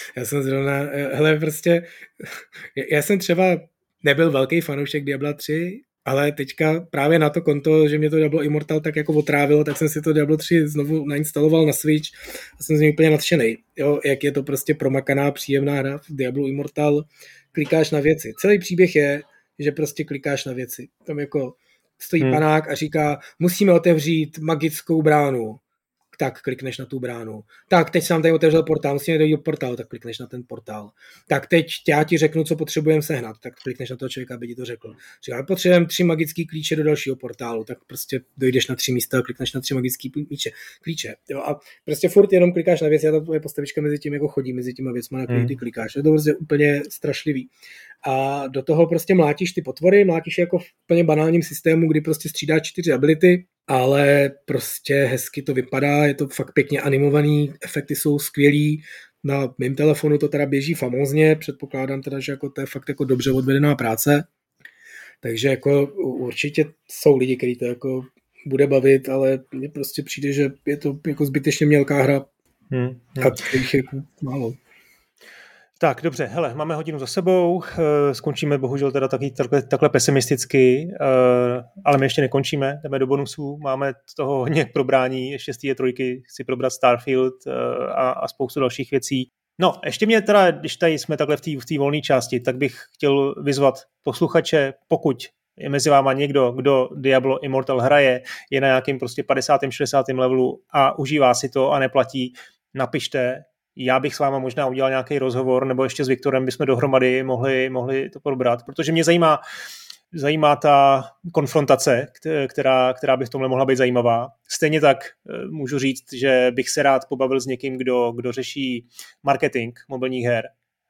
Já jsem třeba nebyl velký fanoušek Diabla 3, ale teďka právě na to konto, že mě to Diablo Immortal tak jako otrávilo, tak jsem si to Diablo 3 znovu nainstaloval na Switch a jsem z něj úplně nadšenej. Jo, jak je to prostě promakaná, příjemná hra v Diablo Immortal, klikáš na věci. Celý příběh je, že prostě klikáš na věci. Tam jako stojí panák a říká, musíme otevřít magickou bránu. tak klikneš na tu bránu. Tak, teď jsem tady otevřel portál, musíme dojít do portálu, tak klikneš na ten portál. Tak teď já ti řeknu, co potřebujeme sehnat, tak klikneš na toho člověka, aby ti to řekl. Říká, potřebujeme 3 magické klíče do dalšího portálu, tak prostě dojdeš na 3 místa a klikneš na 3 magické klíče. Jo, a prostě furt jenom klikáš na věci a ta tvoje postavička mezi tím jako chodí, mezi těma věcma, na který ty klikáš. Je to prostě úplně strašlivý. A do toho prostě mlátíš ty potvory, mlátíš jako v úplně banálním systému, kdy prostě střídáš 4 ability, ale prostě hezky to vypadá, je to fakt pěkně animovaný, efekty jsou skvělý, na mém telefonu to teda běží famózně, předpokládám teda, že jako to je fakt jako dobře odvedená práce, takže jako určitě jsou lidi, kteří to jako bude bavit, ale mně prostě přijde, že je to jako zbytečně mělká hra a těch jako málo. Tak, dobře, hele, máme hodinu za sebou, skončíme bohužel teda takhle pesimisticky, ale my ještě nekončíme, jdeme do bonusů, máme toho hodně k probrání, ještě z té trojky chci probrat Starfield a spoustu dalších věcí. No, ještě mě teda, když tady jsme takhle v té volné části, tak bych chtěl vyzvat posluchače, pokud je mezi váma někdo, kdo Diablo Immortal hraje, je na nějakým prostě 50. 60. levelu a užívá si to a neplatí, napište. Já bych s váma možná udělal nějaký rozhovor, nebo ještě s Viktorem bychom dohromady mohli to probrat, protože mě zajímá ta konfrontace, která by v tomhle mohla být zajímavá. Stejně tak můžu říct, že bych se rád pobavil s někým, kdo řeší marketing mobilních her.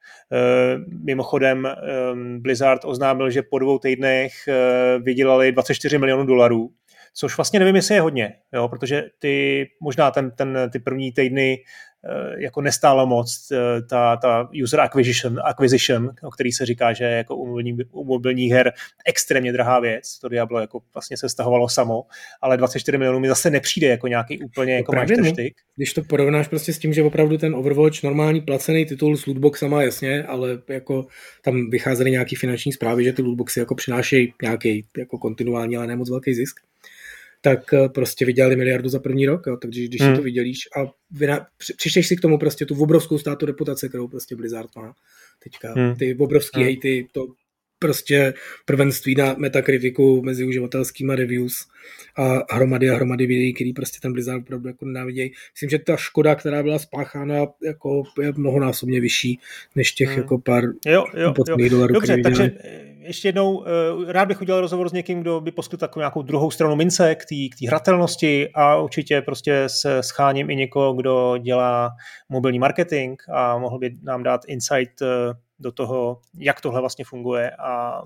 Mimochodem Blizzard oznámil, že po 2 týdnech vydělali $24 milionů, což vlastně nevím, jestli je hodně, jo, protože možná ty první týdny jako nestálo moc ta user acquisition, o který se říká, že je jako u mobilních her extrémně drahá věc. To Diablo jako vlastně se stahovalo samo, ale 24 milionů mi zase nepřijde jako nějaký úplně jako majstrštyk. Když to porovnáš prostě s tím, že opravdu ten Overwatch normální placený titul s lootboxama, jasně, ale jako tam vycházely nějaký finanční zprávy, že ty lootboxy jako přinášejí nějaký jako kontinuální, ale ne moc velký zisk, tak prostě vydělali miliardu za první rok, jo, takže když si to vydělíš a přičteš si k tomu prostě tu obrovskou státu reputace, kterou prostě Blizzard má teďka, ty obrovský hejty, to prostě prvenství na Metacriticu mezi uživatelskýma reviews a hromady videí, který prostě ten Blizzard opravdu jako nenávidějí. Myslím, že ta škoda, která byla spáchána, jako je mnohonásobně vyšší než těch jako pár $. Dobře, takže ještě jednou rád bych udělal rozhovor s někým, kdo by poskytl takovou nějakou druhou stranu mince k té hratelnosti a určitě prostě se scháním i někoho, kdo dělá mobilní marketing a mohl by nám dát insight do toho, jak tohle vlastně funguje a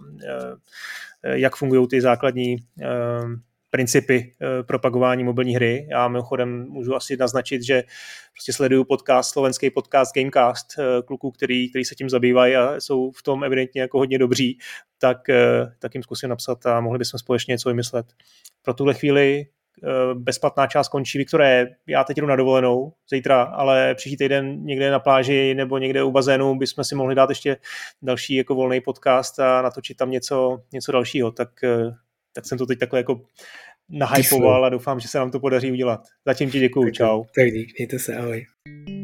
jak fungují ty základní principy propagování mobilní hry. Já mimochodem můžu asi naznačit, že prostě sleduju slovenský podcast Gamecast, kluků, který se tím zabývají a jsou v tom evidentně jako hodně dobří, tak jim zkusím napsat a mohli bychom společně něco vymyslet. Pro tuhle chvíli bezplatná část končí. Viktore, já teď jdu na dovolenou zítra, ale příští týden někde na pláži nebo někde u bazénu bychom si mohli dát ještě další jako volný podcast a natočit tam něco dalšího. Tak jsem to teď takhle jako nahypoval a doufám, že se nám to podaří udělat. Zatím ti děkuju, čau. Tak dík, mějte se, ahoj.